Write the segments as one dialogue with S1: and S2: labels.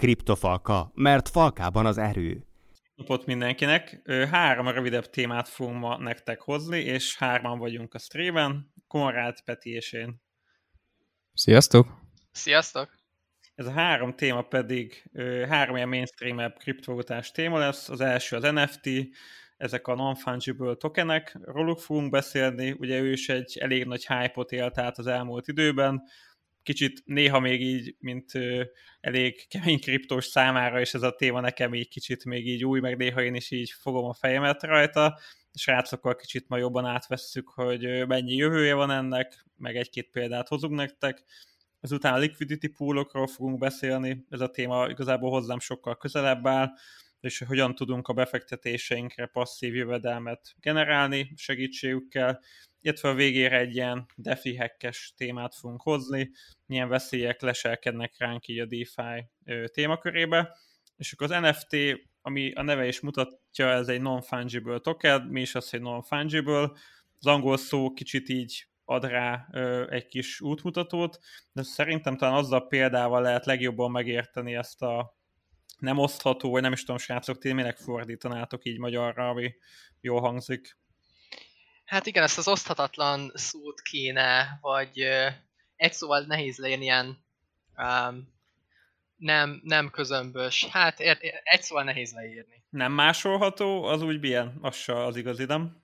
S1: Kriptofalka, mert falkában az erő.
S2: Napot mindenkinek! 3 rövidebb témát fogunk ma nektek hozni, és 3-an vagyunk a streamen, Konrád, Peti és én.
S3: Sziasztok!
S4: Sziasztok!
S2: Ez a 3 téma pedig 3 ilyen mainstream-ebb kriptovalutás téma lesz. Az első az NFT, ezek a non-fungible tokenek, róluk fogunk beszélni, ugye ő is egy elég nagy hype-ot élt át az elmúlt időben, kicsit néha még így, mint elég kemény kriptós számára, és ez a téma nekem így kicsit még így új, meg néha én is így fogom a fejemet rajta. Srácokkal kicsit ma jobban átvesszük, hogy mennyi jövője van ennek, meg egy-két példát hozunk nektek. Ezután a liquidity poolokról fogunk beszélni, ez a téma igazából hozzám sokkal közelebb áll, és hogyan tudunk a befektetéseinkre passzív jövedelmet generálni segítségükkel, illetve a végére egy ilyen DeFi hackes témát fogunk hozni, milyen veszélyek leselkednek ránk így a DeFi témakörébe, és akkor az NFT, ami a neve is mutatja, ez egy non-fungible token. Mi is az, hogy non-fungible? Az angol szó kicsit így ad rá egy kis útmutatót, de szerintem talán azzal példával lehet legjobban megérteni ezt a nem osztható, vagy nem is tudom, srácok, ti minek fordítanátok így magyarra, ami jól hangzik?
S4: Hát igen, ezt az oszthatatlan szót kéne, vagy egy szóval nehéz legyen ilyen nem közömbös. Hát egy szóval nehéz leírni.
S2: Nem másolható, az úgy milyen? Az se az igazi, nem?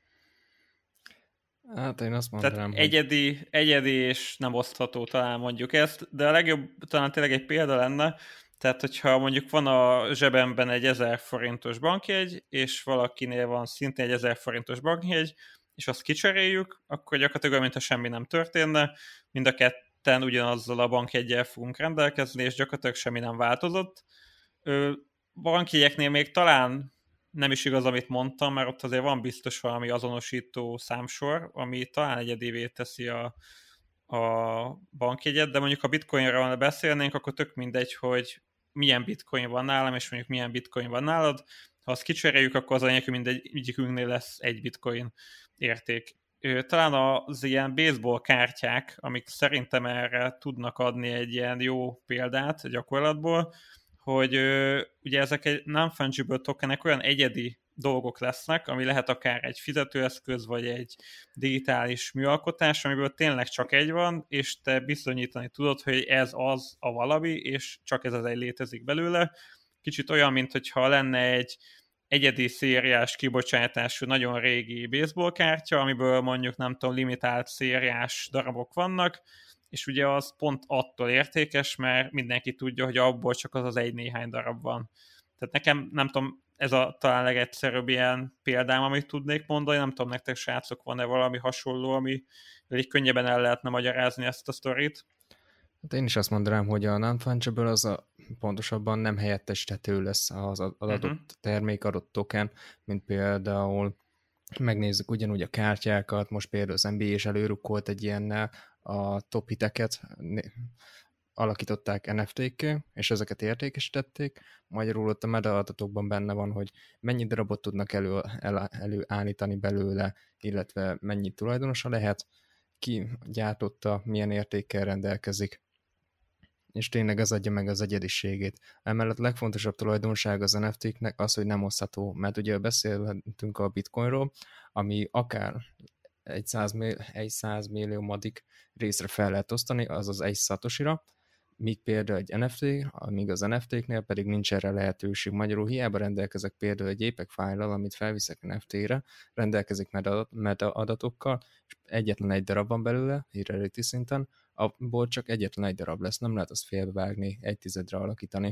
S3: Hát én azt mondanám,
S2: tehát
S3: hogy...
S2: egyedi és nem osztható, talán mondjuk ezt, de a legjobb talán tényleg egy példa lenne, tehát hogyha mondjuk van a zsebemben egy 1000 forintos bankjegy, és valakinél van szintén egy 1000 forintos bankjegy, és azt kicseréljük, akkor gyakorlatilag olyan, mintha semmi nem történne, mind a ketten ugyanazzal a bankjeggyel fogunk rendelkezni, és gyakorlatilag semmi nem változott. Bankjegyeknél még talán nem is igaz, amit mondtam, mert ott azért van biztos valami azonosító számsor, ami talán egyedivé teszi a bankjegyet, de mondjuk ha bitcoinra beszélnénk, akkor tök mindegy, hogy milyen bitcoin van nálam, és mondjuk milyen bitcoin van nálad. Ha azt kicseréljük, akkor az anyag mindegyikünknél lesz egy bitcoin érték. Talán az ilyen baseball kártyák, amik szerintem erre tudnak adni egy ilyen jó példát gyakorlatból, hogy ugye ezek egy non-fungible tokenek olyan egyedi dolgok lesznek, ami lehet akár egy fizetőeszköz, vagy egy digitális műalkotás, amiből tényleg csak egy van, és te bizonyítani tudod, hogy ez az a valami, és csak ez az egy létezik belőle. Kicsit olyan, mint hogyha lenne egy egyedi szériás kibocsátású, nagyon régi baseball kártya, amiből mondjuk nem tudom, limitált szériás darabok vannak, és ugye az pont attól értékes, mert mindenki tudja, hogy abból csak az egy néhány darab van. Tehát nekem, nem tudom, ez a talán legegyszerűbb ilyen példám, amit tudnék mondani, nem tudom, nektek srácok, van-e valami hasonló, ami így könnyebben el lehetne magyarázni ezt a sztorit?
S3: Hát én is azt mondanám, hogy a non-fungible az pontosabban nem helyettesíthető lesz az adott termék, adott token, mint például megnézzük ugyanúgy a kártyákat, most például az NBA is előrukkolt egy ilyennel, a top hiteket alakították NFT-kké, értékesítették, magyarul ott a meta adatokban benne van, hogy mennyi darabot tudnak előállítani belőle, illetve mennyi tulajdonosa lehet, ki gyártotta, milyen értékkel rendelkezik, és tényleg ez adja meg az egyediségét. Emellett a legfontosabb tulajdonság az NFT-knek az, hogy nem osztható, mert ugye beszélhetünk a bitcoinról, ami akár egy 100 milliómadik részre fel lehet osztani, azaz egy szatosira, míg például egy NFT, míg az NFT-knél pedig nincs erre lehetőség. Magyarul hiába rendelkezek például egy JPEG fájllal, amit felviszek NFT-re, rendelkezik meta adatokkal, és egyetlen egy darab van belőle, hierarchy szinten, abból csak egyetlen egy darab lesz, nem lehet azt félbevágni, 1/10-re alakítani.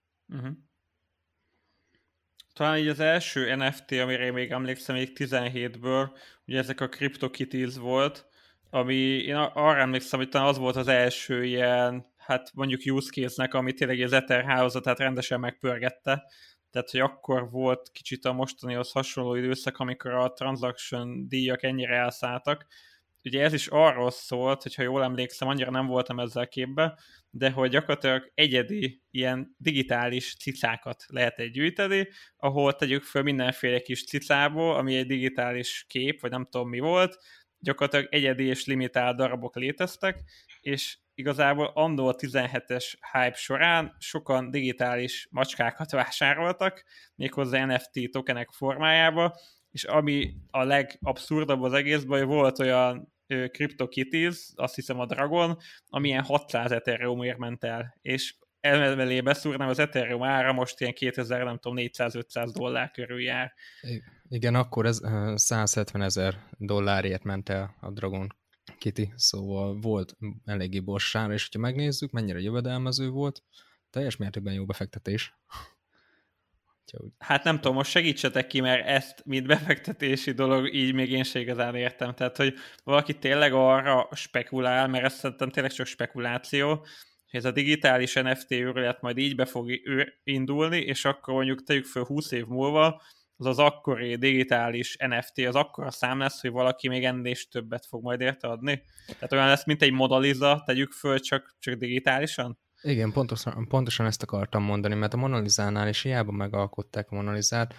S2: Talán így az első NFT, amire én még emlékszem, még 17-ből, ugye ezek a CryptoKitties volt, ami én arra emlékszem, hogy talán az volt az első ilyen, hát mondjuk use case-nek, ami tényleg az Ether hálózatát rendesen megpörgette. Tehát, hogy akkor volt kicsit a mostanihoz hasonló időszak, amikor a transaction díjak ennyire elszálltak. Ugye ez is arról szólt, hogyha jól emlékszem, annyira nem voltam ezzel képbe, de hogy gyakorlatilag egyedi ilyen digitális cicákat lehet gyűjteni, ahol tegyük föl mindenféle kis cicából, ami egy digitális kép, vagy nem tudom mi volt, gyakorlatilag egyedi és limitált darabok léteztek, és igazából annó a 17-es hype során sokan digitális macskákat vásároltak, méghozzá NFT tokenek formájába, és ami a legabszurdabb az egészben, hogy volt olyan CryptoKitties, azt hiszem a Dragon, ami ilyen 600 Ethereumért ment el, és emelé beszúrnám, az Ethereum ára most ilyen 2000, nem tudom, $400-500 körül jár.
S3: Igen, akkor ez $170,000 ment el a Dragon Kitty, szóval volt eléggé borsár, és hogyha megnézzük, mennyire jövedelmező volt, teljes mértékben jó befektetés.
S2: Hát nem tudom, most segítsetek ki, mert ezt, mint befektetési dolog, így még én se igazán értem. Tehát, hogy valaki tényleg arra spekulál, mert ez szerintem tényleg csak spekuláció, hogy ez a digitális NFT őrület majd így be fog indulni, és akkor mondjuk tegyük föl 20 év múlva, az akkori digitális NFT az akkora szám lesz, hogy valaki még ennél is többet fog majd érte adni. Tehát olyan lesz, mint egy Mona Lisa, tegyük föl csak digitálisan?
S3: Igen, pontosan ezt akartam mondani, mert a Mona Lisánál is hiába megalkották a Mona Lisát,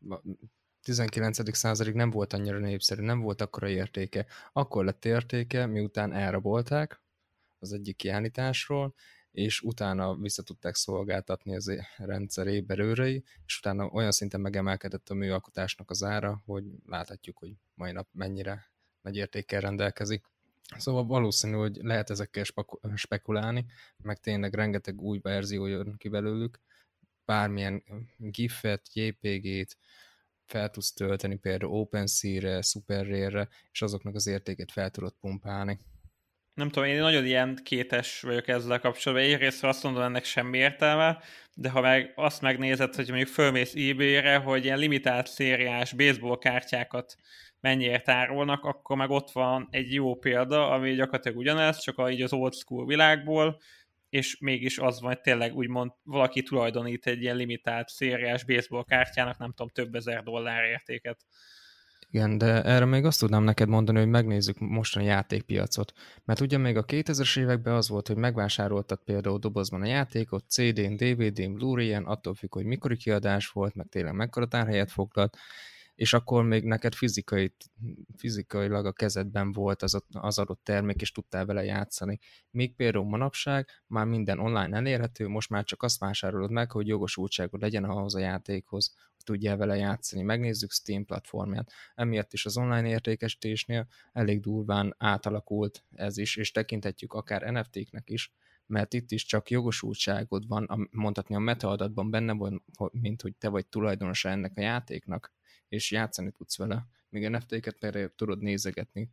S3: 19. századig nem volt annyira népszerű, nem volt akkora értéke. Akkor lett értéke, miután elrabolták az egyik kiállításról, és utána vissza tudták szolgáltatni az rendszer éberőrei, és utána olyan szinten megemelkedett a műalkotásnak az ára, hogy láthatjuk, hogy mai nap mennyire nagy értékkel rendelkezik. Szóval valószínű, hogy lehet ezekkel spekulálni, meg tényleg rengeteg új verzió jön ki belőlük, bármilyen GIF-et, JPG-t fel tudsz tölteni például OpenSea-re, SuperRare-re, és azoknak az értékét fel tudod pumpálni.
S2: Nem tudom, én nagyon ilyen kétes vagyok ezzel kapcsolatban. Egyrészt azt mondom, ennek semmi értelme, de ha meg azt megnézed, hogy mondjuk fölmész eBay-re, hogy ilyen limitált szériás baseball kártyákat mennyiért árulnak, akkor meg ott van egy jó példa, ami gyakorlatilag ugyanez, csak így az old school világból, és mégis az van, hogy tényleg úgymond valaki tulajdonít egy ilyen limitált szériás baseball kártyának, nem tudom, több ezer dollár értéket.
S3: Igen, de erre még azt tudnám neked mondani, hogy megnézzük mostani játékpiacot. Mert ugye még a 2000-es években az volt, hogy megvásároltad például dobozban a játékot, CD-n, DVD-n, Blu-ray-en, attól függ, hogy mikori kiadás volt, meg tényleg mekkora tárhelyet foglalt, és akkor még neked fizikailag a kezedben volt az adott termék, és tudtál vele játszani. Még például manapság már minden online elérhető, most már csak azt vásárolod meg, hogy jogosultságod legyen ahhoz a játékhoz, hogy tudjál vele játszani. Megnézzük Steam platformját. Emiatt is az online értékesítésnél elég durván átalakult ez is, és tekinthetjük akár NFT-knek is, mert itt is csak jogosultságod van, mondhatni a metaadatban benne van, mint hogy te vagy tulajdonosa ennek a játéknak, és játszani tudsz vele, míg NFT-ket például tudod nézegetni.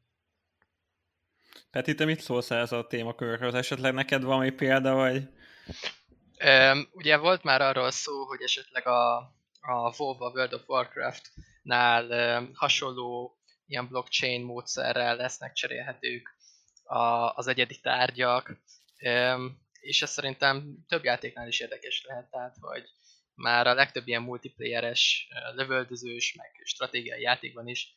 S2: Peti, te mit szólsz ez a témakörhöz? Esetleg neked valami példa, vagy?
S4: Ugye volt már arról szó, hogy esetleg a WoW, a World of Warcraft-nál hasonló ilyen blockchain módszerrel lesznek cserélhetők az egyedi tárgyak, és ez szerintem több játéknál is érdekes lehet, tehát hogy már a legtöbb ilyen multiplayeres, lövöldözős, meg stratégiai játékban is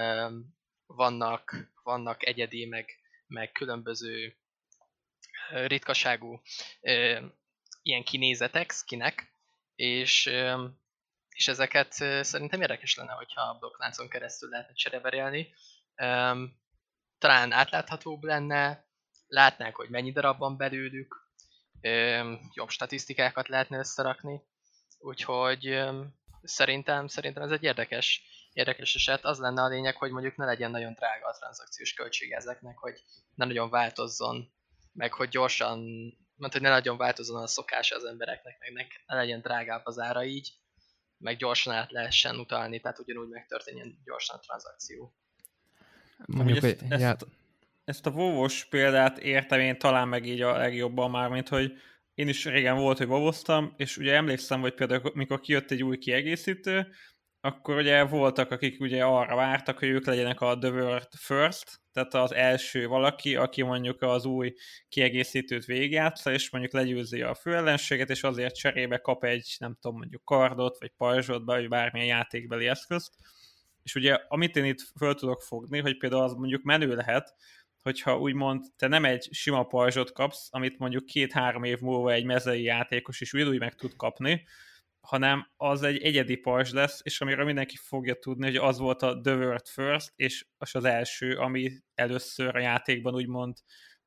S4: vannak egyedi, meg különböző ritkaságú ilyen kinézetek, skinek, és ezeket szerintem érdekes lenne, hogyha a blokkláncon keresztül lehetne csereberélni. Talán átláthatóbb lenne, látnánk, hogy mennyi darab van belőlük, jobb statisztikákat lehetne összerakni, úgyhogy szerintem ez egy érdekes eset. Az lenne a lényeg, hogy mondjuk ne legyen nagyon drága a tranzakciós költsége ezeknek, hogy ne nagyon változzon, meg hogy gyorsan, mert hogy ne nagyon változzon a szokása az embereknek, meg ne legyen drágább az ára így, meg gyorsan át lehessen utalni, tehát ugyanúgy megtörténjen gyorsan a tranzakció.
S3: Mondjuk,
S2: ezt a WoW-os példát értem én talán meg így a legjobban már, mint hogy én is régen volt, hogy WoW-oztam, és ugye emlékszem, hogy például mikor kijött egy új kiegészítő, akkor ugye voltak, akik ugye arra vártak, hogy ők legyenek a The World First, tehát az első valaki, aki mondjuk az új kiegészítőt végigjátsza, és mondjuk legyőzi a főellenséget, és azért cserébe kap egy, nem tudom, mondjuk kardot, vagy pajzsot, vagy bármilyen játékbeli eszközt. És ugye, amit én itt föl tudok fogni, hogy például az mondjuk menő lehet, hogyha úgymond te nem egy sima pajzsot kapsz, amit mondjuk 2-3 év múlva egy mezei játékos is ugyanúgy meg tud kapni, hanem az egy egyedi pajzs lesz, és amiről mindenki fogja tudni, hogy az volt a The World First, és az első, ami először a játékban úgymond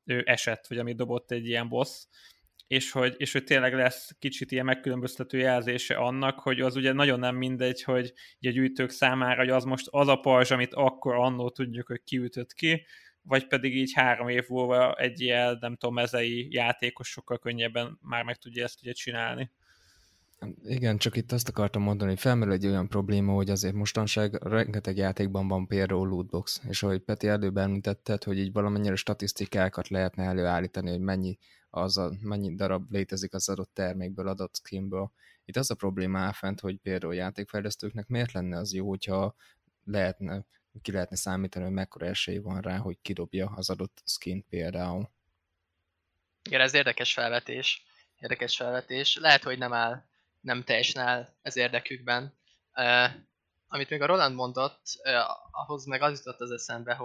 S2: ő esett, vagy amit dobott egy ilyen boss, és hogy tényleg lesz kicsit ilyen megkülönböztető jelzése annak, hogy az ugye nagyon nem mindegy, hogy a gyűjtők számára, hogy az most az a pajzs, amit akkor annól tudjuk, hogy kiütött ki, vagy pedig így 3 év múlva egy ilyen, nem tudom, mezei játékos sokkal könnyebben már meg tudja ezt ugye csinálni.
S3: Igen, csak itt azt akartam mondani, hogy felmerül egy olyan probléma, hogy azért mostanság rengeteg játékban van például lootbox, és ahogy Peti előbb említetted, hogy így valamennyire statisztikákat lehetne előállítani, hogy mennyi darab létezik az adott termékből, adott skinből. Itt az a probléma áll fent, hogy például játékfejlesztőknek miért lenne az jó, hogyha ki lehetne számítani, hogy mekkora esély van rá, hogy kidobja az adott skin például.
S4: Igen, ez érdekes felvetés. Lehet, hogy nem teljesen áll ez érdekükben. Amit még a Roland mondott, ahhoz meg az jutott az eszembe,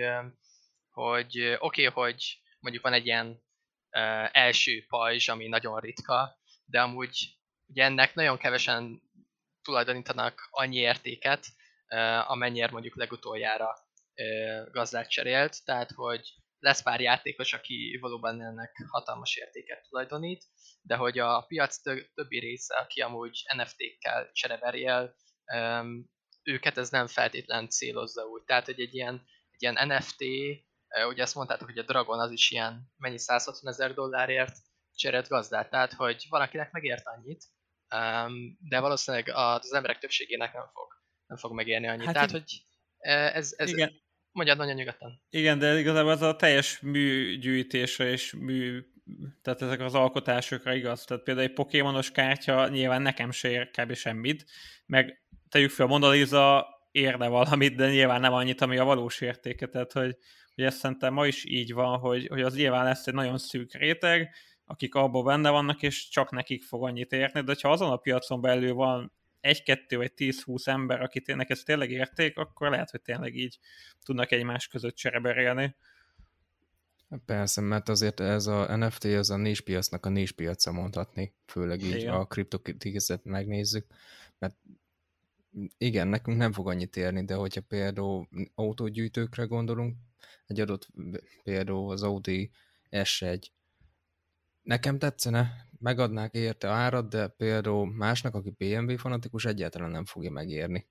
S4: hogy oké, hogy mondjuk van egy ilyen első pajzs, ami nagyon ritka, de amúgy ugye ennek nagyon kevesen tulajdonítanak annyi értéket, amennyire mondjuk legutoljára gazdát cserélt, tehát hogy lesz pár játékos, aki valóban ennek hatalmas értéket tulajdonít, de hogy a piac többi része, aki amúgy NFT-kkel csereberjel, őket ez nem feltétlen célozza úgy. Tehát, hogy egy ilyen NFT, ugye azt mondtátok, hogy a Dragon az is ilyen mennyi $160,000 cserélt gazdát, tehát, hogy valakinek megért annyit, de valószínűleg az emberek többségének nem fog megérni annyit.
S2: Hát
S4: tehát, hogy ez
S2: igen.
S4: Mondjad nagyon nyugodtan.
S2: Igen, de igazából ez a teljes műgyűjtésre és tehát ezek az alkotásokra igaz. Tehát például egy Pokémonos kártya nyilván nekem se ér kb. Semmit, meg tegyük fel a Mona Lisa érne valamit, de nyilván nem annyit, ami a valós értéke. Tehát, hogy ezt szerintem ma is így van, hogy az nyilván lesz egy nagyon szűk réteg, akik abban benne vannak, és csak nekik fog annyit érni, de ha azon a piacon belül van 1-2 vagy 10-20 ember, akinek ez tényleg érték, akkor lehet, hogy tényleg így tudnak egymás között csereberélni.
S3: Persze, mert azért ez a NFT, ez a niche piacnak a niche piaca mondhatni, főleg így
S2: igen.
S3: A CryptoKitties-et megnézzük, mert igen, nekünk nem fog annyit érni, de hogyha például autógyűjtőkre gondolunk, egy adott például az Audi S1, nekem tetszene, megadnák érte árat, de például másnak, aki BMW fanatikus, egyáltalán nem fogja megérni.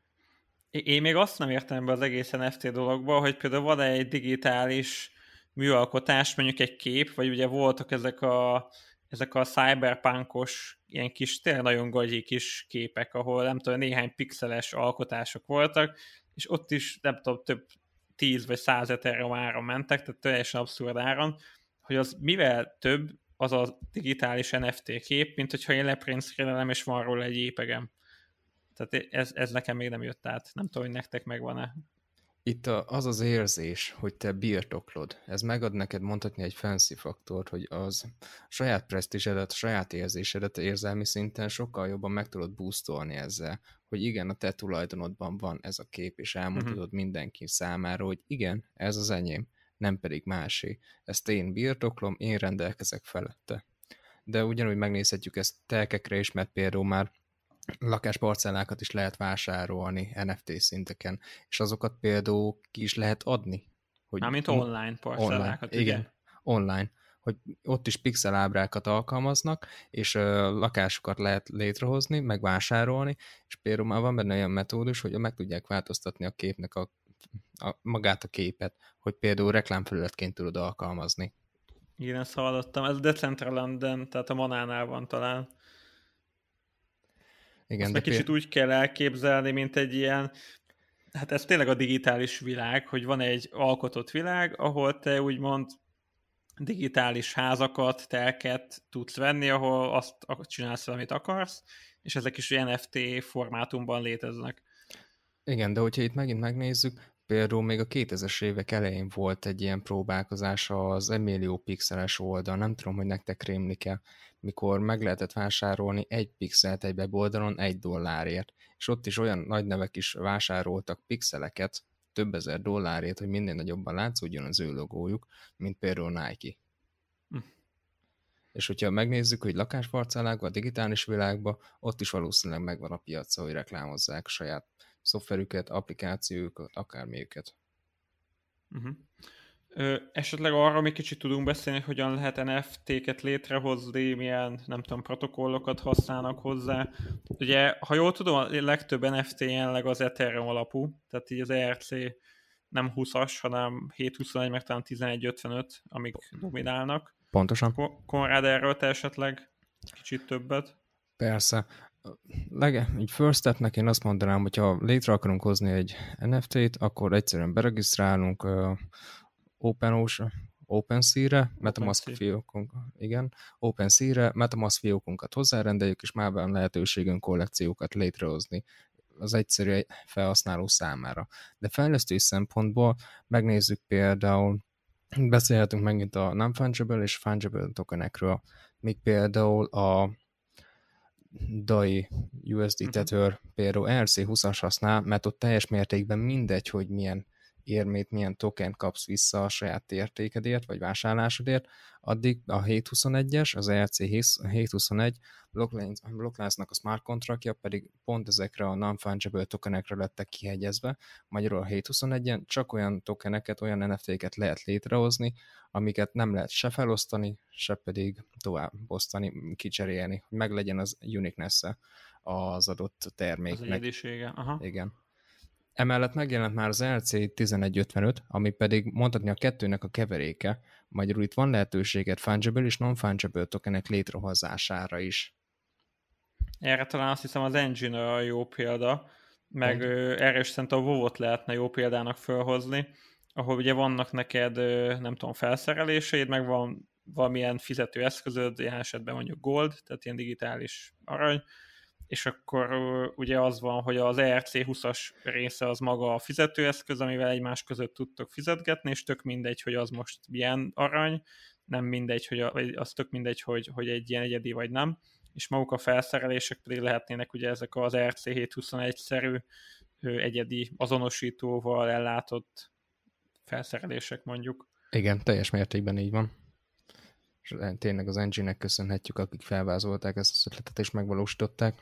S2: Én még azt nem értem be az egész NFT dologba, hogy például van egy digitális műalkotás, mondjuk egy kép, vagy ugye voltak ezek a cyberpunkos, ilyen kis, tényleg nagyon gagyi kis képek, ahol nem tudom, néhány pixeles alkotások voltak, és ott is nem tudom, több 10 vagy 100 Ethereum áron mentek, tehát teljesen abszurd áron, hogy az mivel több az a digitális NFT kép, mint hogyha én leprint-screenelem, és van róla egy JPEG-em. Tehát ez nekem még nem jött át. Nem tudom, hogy nektek megvan-e.
S3: Itt az az érzés, hogy te birtoklod, ez megad neked mondhatni egy fancy faktort, hogy az saját presztízsedet, saját érzésedet érzelmi szinten sokkal jobban meg tudod boostolni ezzel, hogy igen, a te tulajdonodban van ez a kép, és elmondhatod mindenki számára, hogy igen, ez az enyém, nem pedig másé. Ezt én birtoklom, én rendelkezek felette. De ugyanúgy megnézhetjük ezt telkekre is, mert például már lakásparcellákat is lehet vásárolni NFT szinteken, és azokat például ki is lehet adni.
S2: Mármint online parcellákat,
S3: online. Igen, online. Hogy ott is pixelábrákat alkalmaznak, és lakásokat lehet létrehozni, meg vásárolni, és például már van benne olyan metódus, hogy meg tudják változtatni a képnek magát a képet, hogy például reklámfelületként tudod alkalmazni.
S2: Igen, ezt hallottam. Ez Decentralanden, tehát a Manánál van talán.
S3: Igen,
S2: azt meg kicsit úgy kell elképzelni, mint egy ilyen, hát ez tényleg a digitális világ, hogy van egy alkotott világ, ahol te úgymond digitális házakat, telket tudsz venni, ahol azt csinálsz, amit akarsz, és ezek is NFT formátumban léteznek.
S3: Igen, de hogyha itt megint megnézzük, például még a 2000-es évek elején volt egy ilyen próbálkozás az Emilio pixeles oldal, nem tudom, hogy nektek rémlik-e, mikor meg lehetett vásárolni egy pixelt egy weboldalon $1, és ott is olyan nagy nevek is vásároltak pixeleket több ezer dollárért, hogy minél nagyobban látszódjon az ő logójuk, mint például Nike. És hogyha megnézzük, hogy lakásparcellákban, a digitális világban, ott is valószínűleg megvan a piaca, hogy reklámozzák saját szoftverüket, applikációkat, akármilyüket.
S2: Esetleg arra még kicsit tudunk beszélni, hogy hogyan lehet NFT-ket létrehozni, milyen, nem tudom, protokollokat használnak hozzá. Ugye, ha jól tudom, a legtöbb NFT jelenleg az Ethereum alapú, tehát így az ERC nem 20-as, hanem 721, meg talán 1155, amik dominálnak.
S3: Pontosan.
S2: Konrád, erről te esetleg kicsit többet?
S3: Persze. Így first stepnek én azt mondanám, hogyha létre akarunk hozni egy NFT-t, akkor egyszerűen beregisztrálunk OpenSea-re, MetaMask fiókunkat hozzárendeljük, és már van lehetőségünk kollekciókat létrehozni az egyszerű felhasználó számára. De fejlesztői szempontból megnézzük például, beszélhetünk megint a non-fungible és fungible tokenekről, míg például a DAI USD Tether például ERC20-as használ, mert ott teljes mértékben mindegy, hogy milyen érmét, milyen token kapsz vissza a saját értékedért, vagy vásárlásodért, addig a 721-es, az ERC 721 blokklánznak a smart contractja pedig pont ezekre a non-fungible tokenekre lettek kihegyezve. Magyarul a 721-en csak olyan tokeneket, olyan NFT-ket lehet létrehozni, amiket nem lehet se felosztani, se pedig tovább osztani, kicserélni, hogy meglegyen az uniqueness-e az adott terméknek.
S2: Az egyedisége, aha.
S3: Igen. Emellett megjelent már az ERC 1155, ami pedig mondhatni a kettőnek a keveréke, magyarul itt van lehetőséget fungible és non-fungible tokenek létrehozására is.
S2: Erre talán azt hiszem az Engine a jó példa, meg erre is szerintem a WoW-ot lehetne jó példának felhozni, ahol ugye vannak neked, nem tudom, felszereléseid, meg van valamilyen fizetőeszközöd, ilyen esetben mondjuk gold, tehát ilyen digitális arany, és akkor ugye az van, hogy az ERC20-as része az maga a fizetőeszköz, amivel egymás között tudtok fizetgetni, és tök mindegy, hogy az most milyen arany, nem mindegy, hogy az tök mindegy, hogy egy ilyen egyedi vagy nem, és maguk a felszerelések pedig lehetnének ugye ezek az ERC721-szerű egyedi azonosítóval ellátott felszerelések mondjuk.
S3: Igen, teljes mértékben így van. És tényleg az Engine-nek köszönhetjük, akik felvázolták ezt az ötletet és megvalósították.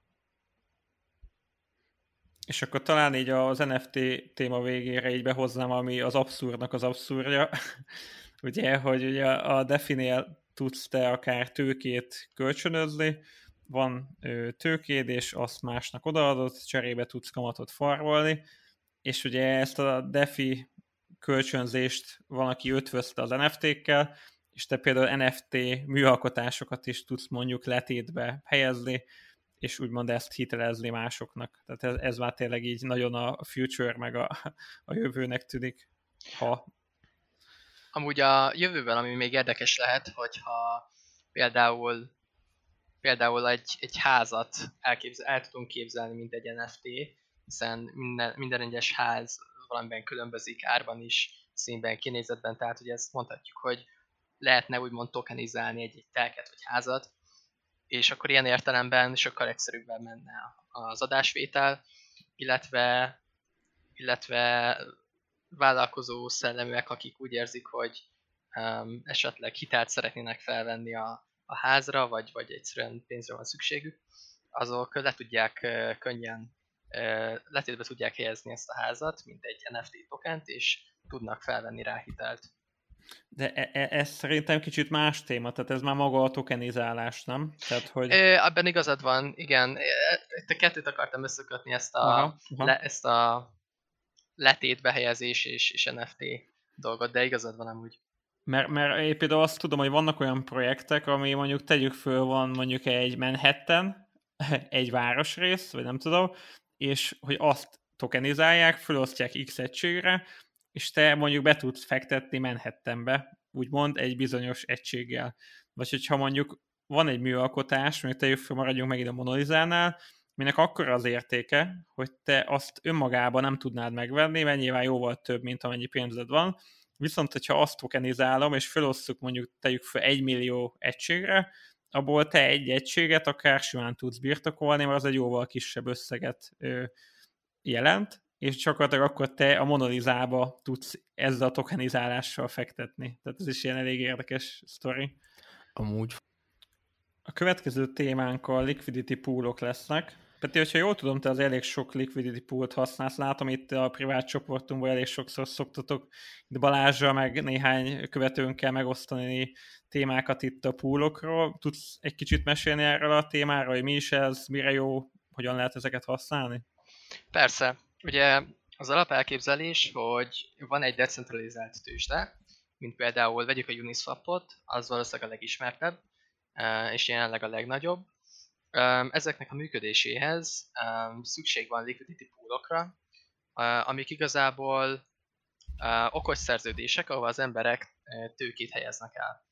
S2: És akkor talán így az NFT téma végére így behoznám, ami az abszurdnak az abszurdja. Ugye, hogy ugye a DeFi-nél tudsz te akár tőkét kölcsönözni, van tőkéd, és azt másnak odaadod, cserébe tudsz kamatot farmolni, és ugye ezt a DeFi kölcsönzést van, aki ötvözte az NFT-kkel, és te például NFT műalkotásokat is tudsz mondjuk letétbe helyezni, és úgymond ezt hitelezni másoknak. Tehát ez már tényleg így nagyon a future, meg a jövőnek tűnik.
S4: Amúgy a jövőben, ami még érdekes lehet, hogyha például egy házat el tudunk képzelni, mint egy NFT, hiszen minden egyes ház valamiben különbözik árban is, színben, kinézetben, tehát ugye ezt mondhatjuk, hogy lehetne úgymond tokenizálni egy telket vagy házat, és akkor ilyen értelemben sokkal egyszerűbben menne az adásvétel, illetve vállalkozó szelleműek, akik úgy érzik, hogy esetleg hitelt szeretnének felvenni a házra, vagy egyszerűen pénzre van szükségük, azok le tudják könnyen letétbe tudják helyezni ezt a házat, mint egy NFT tokent, és tudnak felvenni rá hitelt.
S2: De ez szerintem kicsit más téma, tehát ez már maga a tokenizálás, nem? Tehát, hogy...
S4: Abban igazad van, igen. Itt a kettőt akartam összekötni, ezt a letétbe helyezés és NFT dolgot, de igazad van amúgy.
S2: Mert én például azt tudom, hogy vannak olyan projektek, ami mondjuk tegyük föl, van mondjuk egy Manhattan, egy városrész, vagy nem tudom, és hogy azt tokenizálják, fölosztják X egységre, és te mondjuk be tudsz fektetni Manhattanbe, úgymond egy bizonyos egységgel. Vagy hogyha mondjuk van egy műalkotás, mondjuk tegyük föl, maradjunk megint a Mona Lisánál, minek akkora az értéke, hogy te azt önmagában nem tudnád megvenni, mert nyilván jóval több, mint amennyi pénzed van. Viszont, hogyha azt tokenizálom, és felosszuk mondjuk tegyük föl 1 millió egységre, abból te egy egységet akár simán tudsz birtokolni, mert az egy jóval kisebb összeget jelent, és csak akkor te a Mona Lisába tudsz ezzel a tokenizálással fektetni. Tehát ez is ilyen elég érdekes sztori.
S3: Amúgy.
S2: A következő témánk a liquidity poolok lesznek. Peti, hogyha jól tudom, te az elég sok liquidity poolt használsz. Látom itt a privát csoportunkban elég sokszor szoktatok itt Balázsra, meg néhány követőnkkel megosztani témákat itt a poolokról. Tudsz egy kicsit mesélni erről a témáról, hogy mi is ez, mire jó, hogyan lehet ezeket használni?
S4: Persze. Ugye az alapelképzelés, hogy van egy decentralizált tőzsde, mint például vegyük a Uniswapot, az valószínűleg a legismertebb, és jelenleg a legnagyobb. Ezeknek a működéséhez szükség van liquidity poolokra, amik igazából okos szerződések, ahol az emberek tőkét helyeznek el.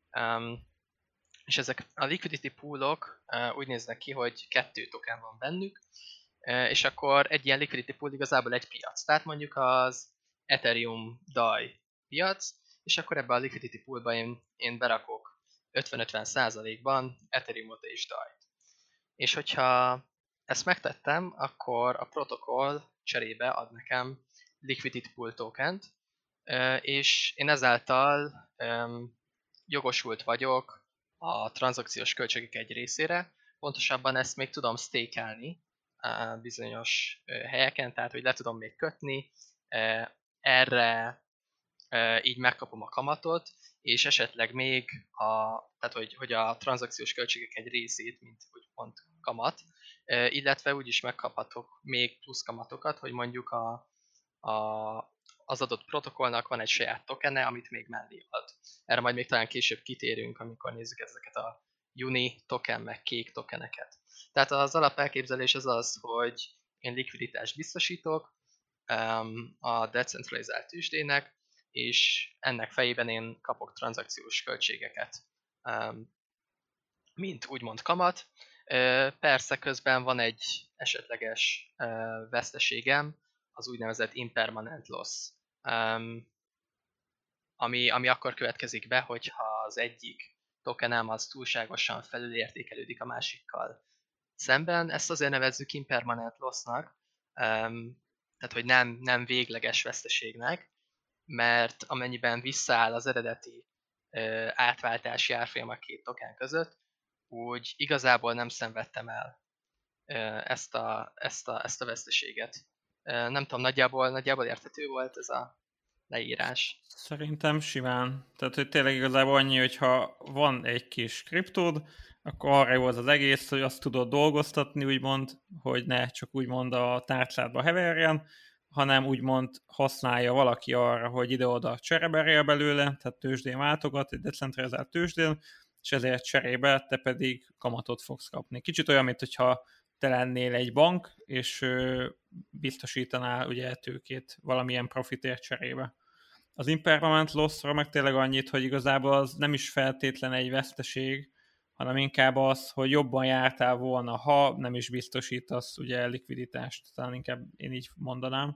S4: És ezek a liquidity poolok úgy néznek ki, hogy 2 token van bennük, és akkor egy ilyen liquidity pool igazából egy piac. Tehát mondjuk az Ethereum DAI piac, és akkor ebbe a liquidity poolba én berakok 50-50%-ban Ethereumot és DAI-t. És hogyha ezt megtettem, akkor a protokoll cserébe ad nekem liquidity pool tokent, és én ezáltal jogosult vagyok a tranzakciós költségek egy részére, pontosabban ezt még tudom stakelni bizonyos helyeken, tehát hogy le tudom még kötni, erre így megkapom a kamatot, és esetleg még tehát hogy a tranzakciós költségek egy részét, mint úgymond kamat, illetve úgy is megkaphatok még plusz kamatokat, hogy mondjuk az adott protokollnak van egy saját tokene, amit még mellé ad. Erre majd még talán később kitérünk, amikor nézzük ezeket a Uni token meg kék tokeneket. Tehát az alapelképzelés az, hogy én likviditást biztosítok a decentralizált tőzsdének, és ennek fejében én kapok tranzakciós költségeket, mint úgymond kamat. Persze közben van egy esetleges veszteségem, az úgynevezett impermanent loss, ami akkor következik be, hogyha az egyik tokenem az túlságosan felülértékelődik a másikkal szemben. Ezt azért nevezzük impermanent lossnak, tehát hogy nem végleges veszteségnek, mert amennyiben visszaáll az eredeti átváltási árfolyam a 2 token között, úgy igazából nem szenvedtem el ezt a veszteséget. Nem tudom, nagyjából érthető volt ez a leírás.
S2: Szerintem simán. Tehát, hogy tényleg igazából annyi, hogyha van egy kis kriptód, akkor arra jó az egész, hogy azt tudod dolgoztatni, úgymond, hogy ne csak úgymond a tárcádba heverjen, hanem úgymond használja valaki arra, hogy ide-oda csereberél belőle, tehát tőzsdén váltogat, egy decentralizált tőzsdén, és ezért cserébe te pedig kamatot fogsz kapni. Kicsit olyan, mint hogyha te lennél egy bank, és biztosítanál ugye tőkét valamilyen profitért cserébe. Az impermanent lossra meg tényleg annyit, hogy igazából az nem is feltétlen egy veszteség, hanem inkább az, hogy jobban jártál volna, ha nem is biztosítasz ugye likviditást, talán inkább én így mondanám.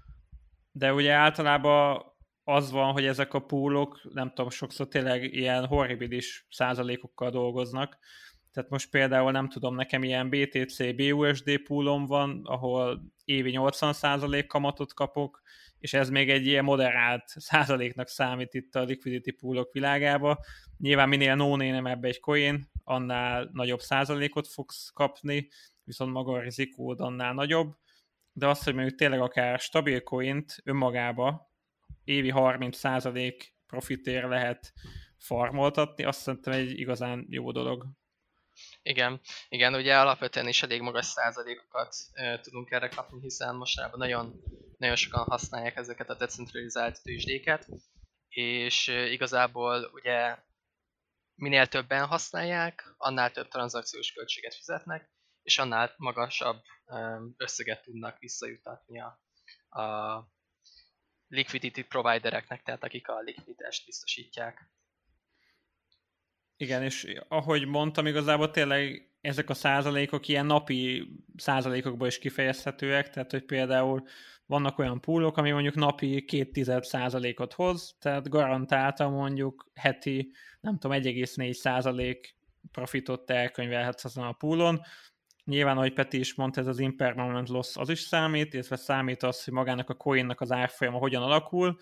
S2: De ugye általában az van, hogy ezek a poolok, nem tudom, sokszor tényleg ilyen horribilis százalékokkal dolgoznak. Tehát most például nem tudom, nekem ilyen BTC, BUSD poolom van, ahol évi 80% kamatot kapok, és ez még egy ilyen moderált százaléknak számít itt a liquidity poolok világába. Nyilván minél no-name ebbe egy coin, annál nagyobb százalékot fogsz kapni, viszont maga a rizikód annál nagyobb. De azt, hogy mondjuk tényleg akár stabil coint önmagába évi 30% profitér lehet farmoltatni, azt szerintem egy igazán jó dolog.
S4: Igen, ugye alapvetően is elég magas százalékokat tudunk erre kapni, hiszen mostanában nagyon sokan használják ezeket a decentralizált tőzsdéket, és igazából ugye minél többen használják, annál több tranzakciós költséget fizetnek, és annál magasabb összeget tudnak visszajutatni a liquidity providereknek, tehát akik a likviditást biztosítják.
S2: Igen, és ahogy mondtam, igazából tényleg ezek a százalékok ilyen napi százalékokban is kifejezhetőek, tehát hogy például vannak olyan poolok, ami mondjuk napi 0,2% hoz, tehát garantáltan mondjuk heti, nem tudom, 1,4% profitot elkönyvelhetsz azon a poolon. Nyilván, ahogy Peti is mondta, ez az impermanent loss az is számít, illetve számít az, hogy magának a coinnak az árfolyama hogyan alakul,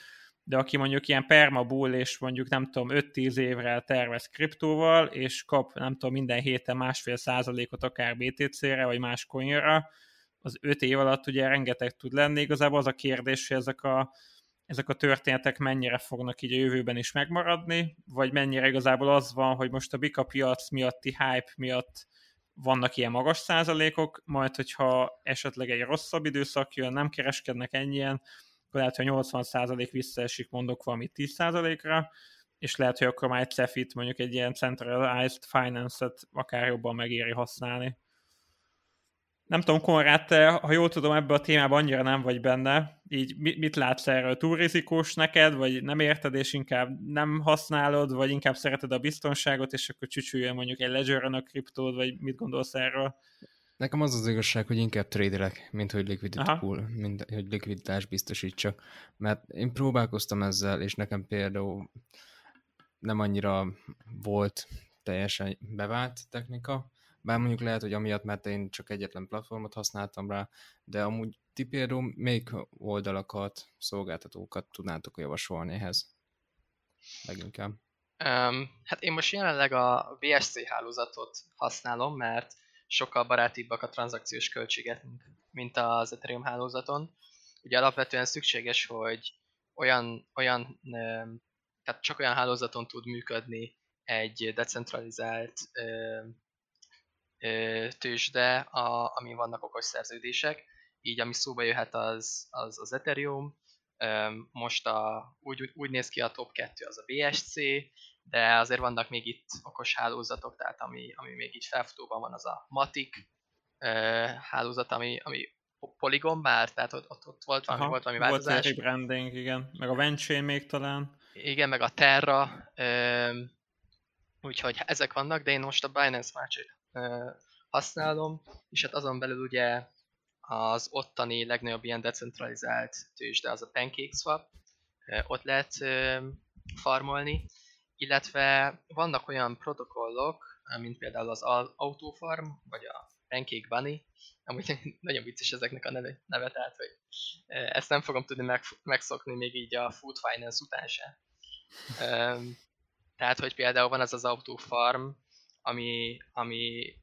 S2: de aki mondjuk ilyen permabull, és mondjuk nem tudom, 5-10 évre tervez kriptóval, és kap nem tudom, minden héten 1,5%-ot akár BTC-re, vagy más coinra, az 5 év alatt ugye rengeteg tud lenni. Igazából az a kérdés, hogy ezek a történetek mennyire fognak így a jövőben is megmaradni, vagy mennyire igazából az van, hogy most a bika piac miatti hype miatt vannak ilyen magas százalékok, majd hogyha esetleg egy rosszabb időszak jön, nem kereskednek ennyien, akkor lehet, hogy 80% visszaesik, mondok valamit 10%-ra, és lehet, hogy akkor már egy CEFIT, mondjuk egy ilyen centralized finance-et akár jobban megéri használni. Nem tudom, Konrád, te, ha jól tudom, ebben a témában annyira nem vagy benne, így mit látsz erről? Túl rizikós neked, vagy nem érted, és inkább nem használod, vagy inkább szereted a biztonságot, és akkor csücsüljön mondjuk egy ledgeren a kriptód, vagy mit gondolsz erről?
S3: Nekem az az igazság, hogy inkább traderek, mint hogy hogy likviditás biztosítsak. Mert én próbálkoztam ezzel, és nekem például nem annyira volt teljesen bevált technika, bár mondjuk lehet, hogy amiatt, mert én csak egyetlen platformot használtam rá, de amúgy ti például melyik oldalakat, szolgáltatókat tudnátok javasolni ehhez? Leginkább.
S4: Hát én most jelenleg a BSC hálózatot használom, mert sokkal barátibbak a tranzakciós költségek, mint az Ethereum hálózaton. Ugye alapvetően szükséges, hogy tehát csak olyan hálózaton tud működni egy decentralizált tőzsde, amin vannak okos szerződések. Így ami szóba jöhet az Ethereum, most úgy néz ki a top 2 az a BSC, de azért vannak még itt okos hálózatok, tehát ami még így felfutóban van, az a Matic hálózat, ami Polygon már, tehát ott volt valami változás.
S2: Volt egy rebranding, igen, meg a Venchain még talán.
S4: Igen, meg a Terra, úgyhogy ezek vannak, de én most a Binance Smart Chain használom, és hát azon belül ugye az ottani legnagyobb ilyen decentralizált tőzsde az a PancakeSwap, ott lehet farmolni, illetve vannak olyan protokollok, mint például az Autofarm, vagy a Pancake Bunny, amúgy nagyon vicces ezeknek a neve, tehát hogy ezt nem fogom tudni megszokni még így a Food Finance után se. Tehát, hogy például van az Autofarm, ami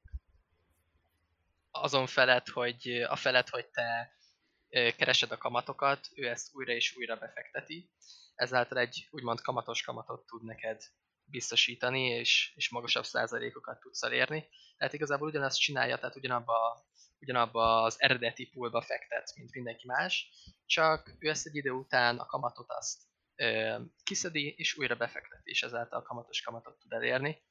S4: azon felett, hogy te keresed a kamatokat, ő ezt újra és újra befekteti. Ezáltal egy úgymond kamatos kamatot tud neked biztosítani, és magasabb százalékokat tudsz elérni. Tehát igazából ugyanazt csinálja, tehát ugyanabba az eredeti poolba fektet, mint mindenki más, csak ő ezt egy idő után a kamatot azt kiszedi, és újra befektet, és ezáltal kamatos kamatot tud elérni.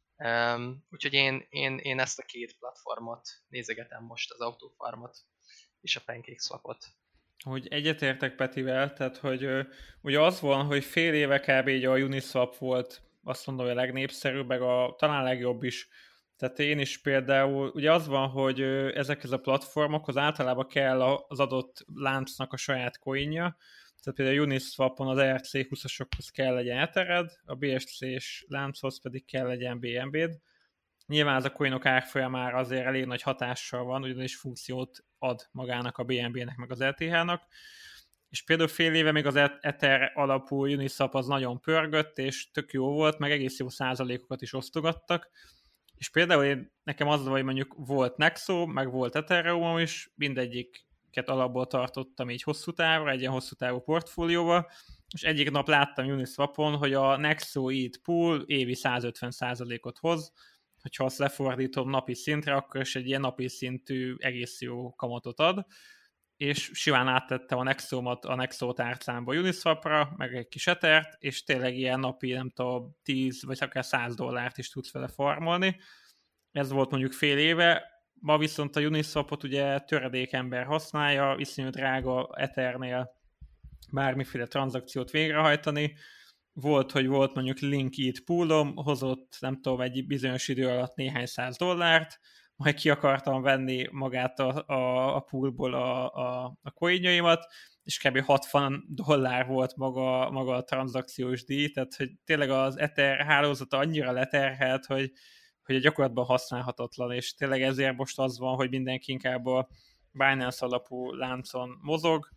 S4: Úgyhogy én ezt a két platformot nézegetem most, az Autofarmot és a PancakeSwapot.
S2: Hogy egyetértek Petivel, tehát hogy ugye az van, hogy fél éve kb. Így a Uniswap volt, azt mondom, hogy a legnépszerűbb, meg talán legjobb is. Tehát én is például, ugye az van, hogy ezekhez a platformokhoz általában kell az adott láncnak a saját coinja, tehát például a Uniswapon az ERC20-asokhoz kell legyen Ethered, a BSC-s lánchoz pedig kell legyen BNB-d. Nyilván ez a coinok árfolyamára azért elég nagy hatással van, ugyanis funkciót ad magának a BNB-nek meg az ETH-nak. És például fél éve még az Ether alapú Uniswap az nagyon pörgött, és tök jó volt, meg egész jó százalékokat is osztogattak. És például nekem az, hogy mondjuk volt Nexo, meg volt Ethereum is, mindegyiket alapból tartottam így hosszú távra, egy ilyen hosszú távú portfólióval, és egyik nap láttam Uniswapon, hogy a Nexo ETH pool évi 150%-ot hoz, hogyha azt lefordítom napi szintre, akkor is egy ilyen napi szintű egész jó kamatot ad, és simán áttettem a Nexo-mat a Nexo tárcámba Uniswapra, meg egy kis Ethert, és tényleg ilyen napi, nem tudom, 10 vagy akár $100 is tudsz vele farmolni. Ez volt mondjuk fél éve, ma viszont a Uniswapot ugye töredék ember használja, iszonyú drága Ethernél bármiféle tranzakciót végrehajtani. Volt mondjuk Link ETH poolom, hozott nem tudom, egy bizonyos idő alatt néhány $100, majd ki akartam venni magát a poolból a coinjaimat, és kb. $60 volt maga a tranzakciós díj, tehát hogy tényleg az Ether hálózata annyira leterhelt, hogy a gyakorlatban használhatatlan, és tényleg ezért most az van, hogy mindenki inkább a Binance alapú láncon mozog,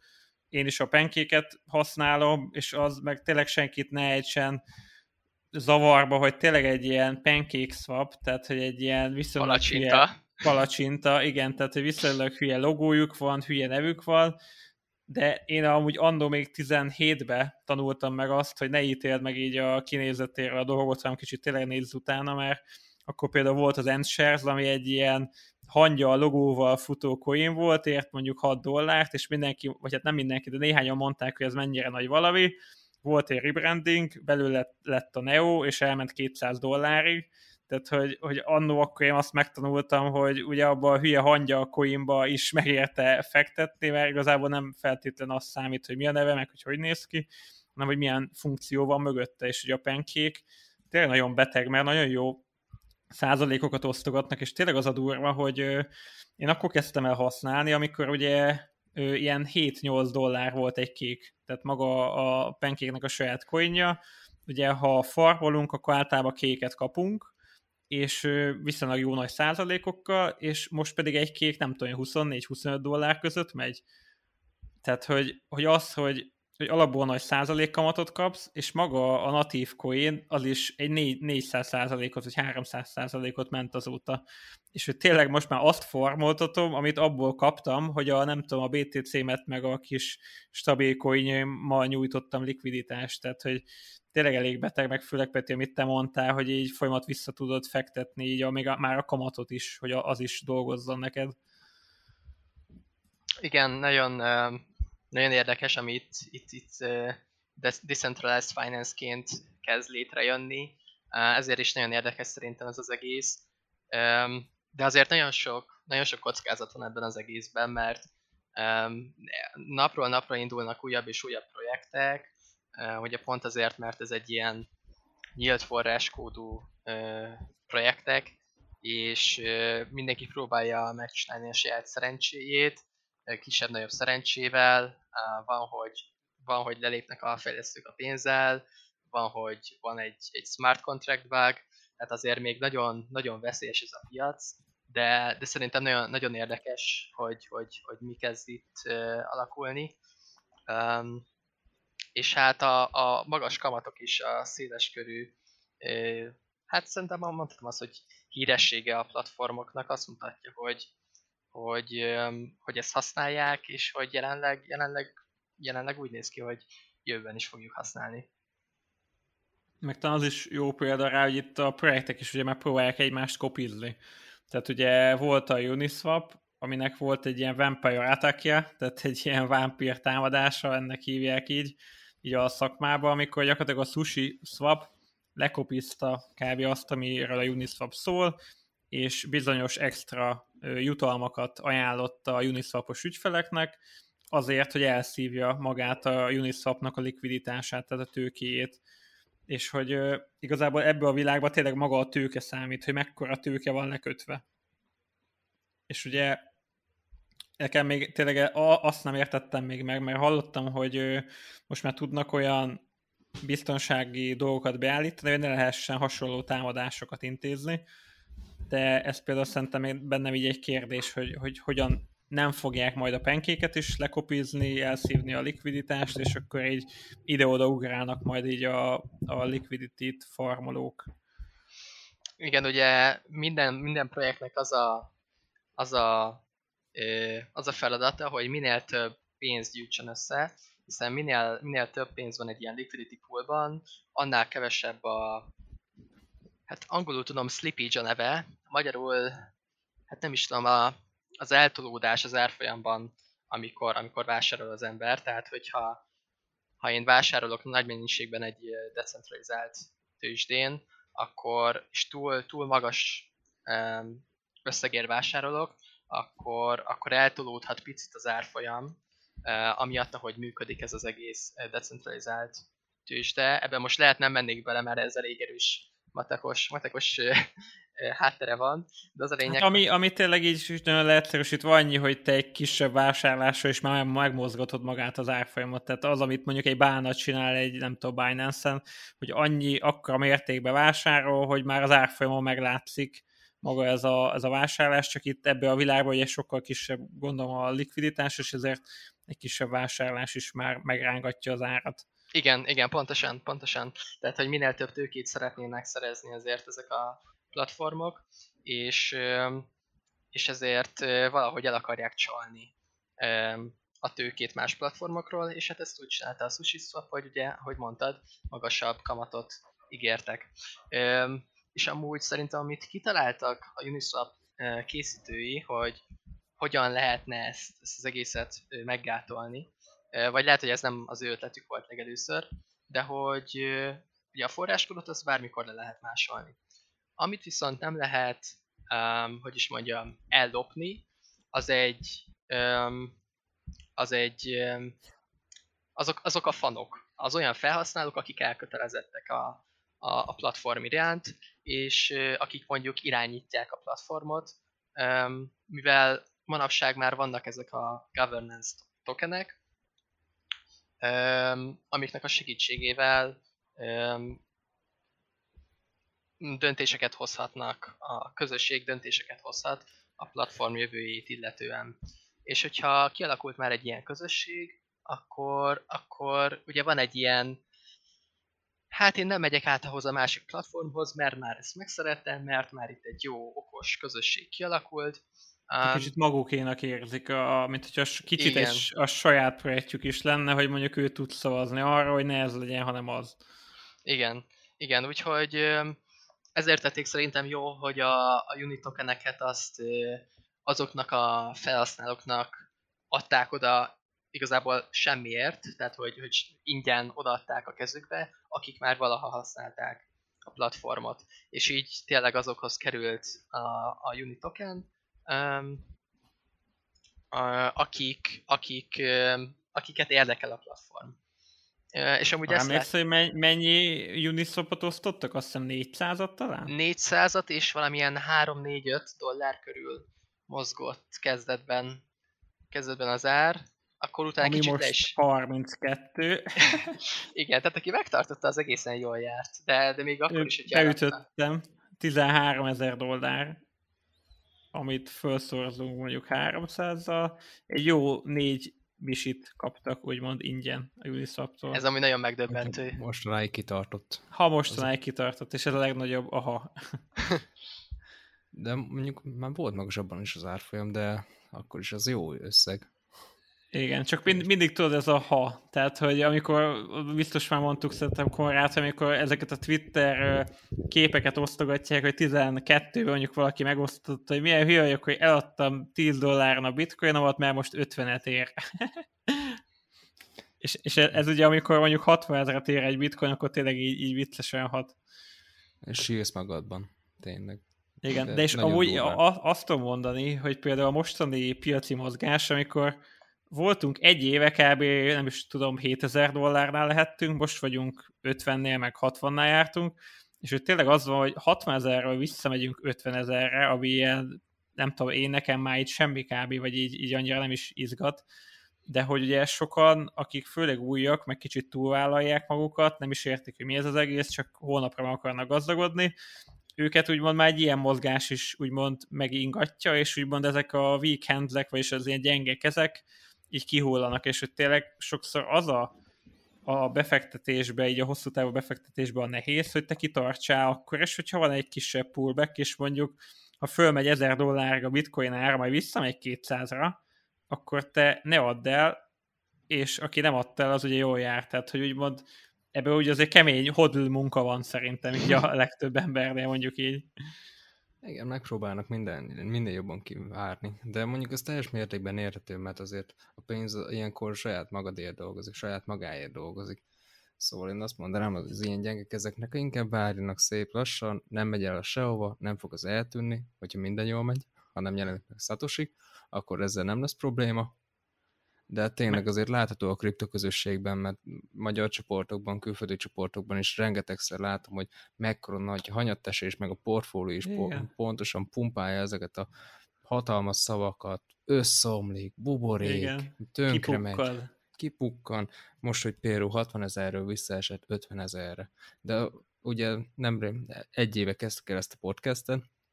S2: én is a penkéket használom, és az meg tényleg senkit ne ejtsen zavarba, hogy tényleg egy ilyen pancake swap, tehát hogy egy ilyen viszonylag hülye palacsinta, igen, tehát hogy viszonylag hülye logójuk van, hülye nevük van, de én amúgy annó még 17-ben tanultam meg azt, hogy ne ítéld meg így a kinézetére a dolgot, hanem kicsit tényleg nézz utána, mert akkor például volt az EndShares, ami egy ilyen hangya logóval futó coin volt, ért mondjuk $6, és mindenki, vagy hát nem mindenki, de néhányan mondták, hogy ez mennyire nagy valami. Volt egy rebranding, belőle lett a Neo, és elment $200. Tehát, hogy annó akkor én azt megtanultam, hogy ugye abban a hülye hangya a coinba is megérte fektetni, mert igazából nem feltétlenül azt számít, hogy mi a neve, meg hogy néz ki, hanem hogy milyen funkció van mögötte, és ugye a Pancake tényleg nagyon beteg, mert nagyon jó százalékokat osztogatnak, és tényleg az a durva, hogy én akkor kezdtem el használni, amikor ugye ilyen $7-8 volt egy kék, tehát maga a Pancake-nek a saját coinja, ugye ha farmolunk, akkor általában kéket kapunk, és viszonylag jó nagy százalékokkal, és most pedig egy kék, nem tudom, $24-25 között megy. Tehát, hogy az, hogy alapból nagy százalékkamatot kapsz, és maga a natív coin az is egy 400%-ot, vagy 300%-ot ment azóta. És hogy tényleg most már azt formoltatom, amit abból kaptam, hogy nem tudom, a BTC-met meg a kis stabil coinjaimmal nyújtottam likviditást. Tehát, hogy tényleg elég beteg, meg főleg Peti, amit te mondtál, hogy így folyamat vissza tudod fektetni, így már a kamatot is, hogy az is dolgozzon neked.
S4: Igen, nagyon érdekes, ami itt decentralized finance-ként kezd létrejönni. Ezért is nagyon érdekes szerintem ez az egész. De azért nagyon sok kockázat van ebben az egészben, mert napról napra indulnak újabb és újabb projektek, ugye pont azért, mert ez egy ilyen nyílt forráskódú projektek, és mindenki próbálja megcsinálni a saját szerencséjét, kisebb-nagyobb szerencsével, van, hogy lelépnek a fejlesztők a pénzzel, van egy smart contract bug, tehát azért még nagyon, nagyon veszélyes ez a piac, de szerintem nagyon, nagyon érdekes, hogy mi kezd itt alakulni. És hát a magas kamatok is a széleskörű, hát szerintem mondhatom azt, hogy híressége a platformoknak azt mutatja, hogy ezt használják, és hogy jelenleg úgy néz ki, hogy jövőben is fogjuk használni.
S2: Meg talán az is jó példa rá, hogy itt a projektek is ugye megpróbálják egymást kopizni. Tehát ugye volt a Uniswap, aminek volt egy ilyen vampire attackja, tehát egy ilyen vámpír támadása, ennek hívják így a szakmában, amikor gyakorlatilag a Sushi Swap lekopizta kb. Azt, amiről a Uniswap szól, és bizonyos extra jutalmakat ajánlotta a Uniswapos ügyfeleknek, azért, hogy elszívja magát a Uniswapnak a likviditását, tehát a tőkéjét. És hogy igazából ebből a világban tényleg maga a tőke számít, hogy mekkora tőke van lekötve. És ugye nekem még tényleg azt nem értettem még meg, mert hallottam, hogy most már tudnak olyan biztonsági dolgokat beállítani, hogy ne lehessen hasonló támadásokat intézni, de ez például szerintem bennem így egy kérdés, hogy hogyan nem fogják majd a penkéket is lekopizni, elszívni a likviditást, és akkor így ide-oda ugrálnak majd így a liquidity-t farmolók.
S4: Igen, ugye minden projektnek az a feladata, hogy minél több pénzt gyűjtsön össze, hiszen minél több pénz van egy ilyen liquidity poolban, annál kevesebb hát angolul tudom, slippage a neve, magyarul, hát nem is tudom, az eltolódás az árfolyamban, amikor vásárol az ember, tehát hogyha én vásárolok nagy mennyiségben egy decentralizált tőzsdén, akkor és túl magas összegért vásárolok, akkor eltolódhat picit az árfolyam, amiatt, ahogy működik ez az egész decentralizált tőzsde. Ebben most lehet nem mennék bele, mert ez elég erős matekos háttere van, de az a lényeg...
S2: Hát, ami tényleg így nagyon leegyszerűsítve annyi, hogy te egy kisebb vásárlásra is már megmozgatod magát az árfolyamot. Tehát az, amit mondjuk egy bánat csinál egy, nem tudom, Binance-en, hogy akkora mértékben vásárol, hogy már az árfolyamon meglátszik maga ez a vásárlás, csak itt ebbe a világban ugye sokkal kisebb, gondolom, a likviditás, és ezért egy kisebb vásárlás is már megrángatja az árat.
S4: Igen, pontosan. Tehát, hogy minél több tőkét szeretnének szerezni azért ezek a platformok, és ezért valahogy el akarják csalni a tőkét más platformokról, és hát ezt úgy csinálta a SushiSwap, hogy ugye, ahogy mondtad, magasabb kamatot ígértek. És amúgy szerintem, amit kitaláltak a Uniswap készítői, hogy hogyan lehetne ezt az egészet meggátolni, vagy lehet, hogy ez nem az ő ötletük volt legelőször, de hogy ugye a forráskódot az bármikor le lehet másolni. Amit viszont nem lehet, hogy is mondjam, ellopni, azok a fanok, az olyan felhasználók, akik elkötelezettek a platform iránt, és akik mondjuk irányítják a platformot, mivel manapság már vannak ezek a governance tokenek, amiknek a segítségével döntéseket hozhatnak, a közösség döntéseket hozhat a platform jövőjét illetően. És hogyha kialakult már egy ilyen közösség, akkor ugye van egy ilyen, hát én nem megyek át ahhoz a másik platformhoz, mert már ezt megszerettem, mert már itt egy jó, okos közösség kialakult.
S2: Kicsit magukénak érzik, mint hogyha kicsit
S4: Igen.
S2: a saját projektjük is lenne, hogy mondjuk ő tud szavazni arra, hogy ne ez legyen, hanem az.
S4: Igen, úgyhogy ezért tették szerintem jó, hogy a Unitokeneket azt azoknak a felhasználóknak adták oda igazából semmiért, tehát hogy ingyen odaadták a kezükbe, akik már valaha használták a platformot. És így tényleg azokhoz került a Unitoken, akiket érdekel a platform. És amúgy ezt
S2: emlékszel, hogy mennyi Uniswapot osztottak? Azt hiszem 400-at talán?
S4: 400-at és valamilyen 3-4-5 dollár körül mozgott kezdetben az ár, akkor utána
S2: ami
S4: kicsit
S2: most
S4: le is...
S2: 32.
S4: Igen, tehát aki megtartotta, az egészen jól járt, de még akkor is, hogyha
S2: beütöttem, 13 000 dollár, amit felszorzunk mondjuk 300-zal, egy jó 4 bisit kaptak, úgymond ingyen a Uniswaptól.
S4: Ez ami nagyon megdöbbentő.
S3: Mostanáig kitartott.
S2: Ha mostanáig kitartott, és ez a legnagyobb, aha.
S3: De mondjuk már volt magasabban is az árfolyam, de akkor is az jó összeg.
S2: Igen, csak mindig tudod, ez a ha. Tehát, hogy amikor, biztos már mondtuk szerintem Konrád, amikor ezeket a Twitter képeket osztogatják, hogy 12-ben mondjuk valaki megosztotta, hogy milyen hülye vagyok, hogy eladtam 10 dolláron a bitcoinomat, mert most 50-et ér. és ez ugye, amikor mondjuk 60 000-et ér egy bitcoin, akkor tényleg így viccesen hat.
S3: És sírsz magadban, tényleg.
S2: Igen, de és amúgy azt tudom mondani, hogy például a mostani piaci mozgás, amikor voltunk egy éve kb. Nem is tudom, 7000 dollárnál lehettünk, most vagyunk 50-nél, meg 60-nál jártunk, és hogy tényleg az van, hogy 60 000-ről visszamegyünk 50 000-re, ami ilyen, nem tudom, én nekem már itt semmi kb, vagy így annyira nem is izgat, de hogy ugye sokan, akik főleg újak, meg kicsit túlvállalják magukat, nem is értik, hogy mi ez az egész, csak hónapra meg akarnak gazdagodni, őket úgymond már egy ilyen mozgás is úgymond megingatja, és úgymond ezek a weak handlek, vagyis az ilyen gyenge kezek így kihullanak, és hogy tényleg sokszor az a befektetésbe, így a hosszú távú befektetésbe a nehéz, hogy te kitartsál akkor, és hogyha van egy kisebb pullback, és mondjuk ha fölmegy 1000 dollárra a bitcoin ára, majd visszamegy 200-ra, akkor te ne add el, és aki nem adta el, az ugye jól jár, tehát hogy úgymond ebből ugye azért kemény hodl munka van szerintem így a legtöbb embernél, mondjuk így.
S3: Igen, megpróbálnak minden jobban kivárni, de mondjuk ez teljes mértékben érthető, mert azért a pénz ilyenkor saját magadért dolgozik, saját magáért dolgozik. Szóval én azt mondanám, hogy az ilyen gyengek ezeknek inkább várjanak szép lassan, nem megy el a sehova, nem fog az eltűnni, hogyha minden jól megy, ha nem jelenik meg Satoshi, akkor ezzel nem lesz probléma. De tényleg azért látható a kriptoközösségben, mert magyar csoportokban, külföldi csoportokban is rengetegszer látom, hogy mekkora nagy hanyattesés, meg a portfólió is pontosan pumpálja ezeket a hatalmas szavakat, összeomlik, buborék, tönkre megy, kipukkan. Most, hogy például 60 000-ről visszaesett 50 000-re. De ugye egy éve kezdtük el ezt a podcastet,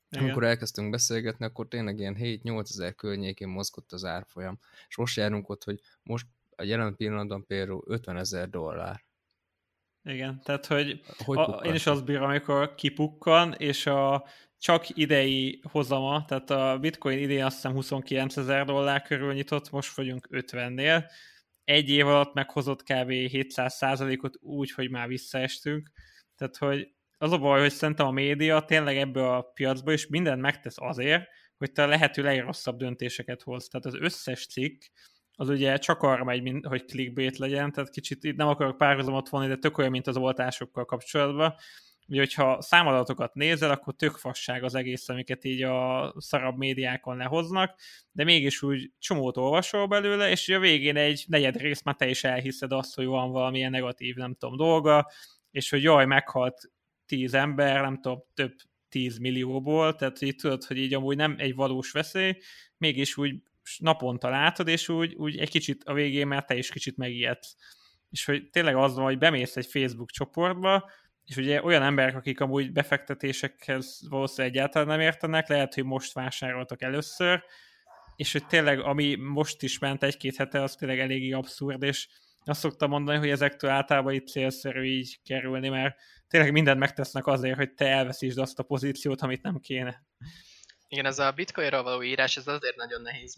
S2: Igen.
S3: Amikor elkezdtünk beszélgetni, akkor tényleg ilyen 7-8 ezer környékén mozgott az árfolyam. És most járunk ott, hogy most a jelen pillanatban például $50,000.
S2: Igen, tehát hogy
S3: Hogy
S2: én is azt bírom, amikor kipukkan, és a csak idei hozama, tehát a bitcoin idén azt hiszem $29,000 körül nyitott, most vagyunk 50-nél. Egy év alatt meghozott kb. 700%-ot úgy, hogy már visszaestünk. Tehát, hogy az a baj, hogy szerintem a média tényleg ebből a piacba is mindent megtesz azért, hogy te a lehető legrosszabb döntéseket hoz. Tehát az összes cikk, az ugye csak arra megy, hogy clickbait legyen, tehát kicsit itt nem akarok párhuzamot vonni, de tök olyan, mint az oltásokkal kapcsolatban. Ugye, hogyha számadatokat nézel, akkor tök fasság az egész, amiket így a szarabb médiákon lehoznak, de mégis úgy csomót olvasol belőle, és a végén egy negyed rész már te is elhiszed azt, hogy van valamilyen negatív, nem tudom, dolga, és hogy jaj, meghalt 10 ember, nem tudom, több 10 millióból, tehát így tudod, hogy így amúgy nem egy valós veszély, mégis úgy naponta látod, és úgy egy kicsit a végén már te is kicsit megijedsz. És hogy tényleg az van, hogy bemész egy Facebook csoportba, és ugye olyan emberek, akik amúgy befektetésekhez valószínűleg egyáltalán nem értenek, lehet, hogy most vásároltak először, és hogy tényleg, ami most is ment egy-két hete, az tényleg eléggé abszurd, és azt szoktam mondani, hogy ezektől általában itt célszerű így kerülni, mert tényleg mindent megtesznek azért, hogy te elveszítsd azt a pozíciót, amit nem kéne.
S4: Igen, ez a bitcoinról való írás, ez azért nagyon nehéz,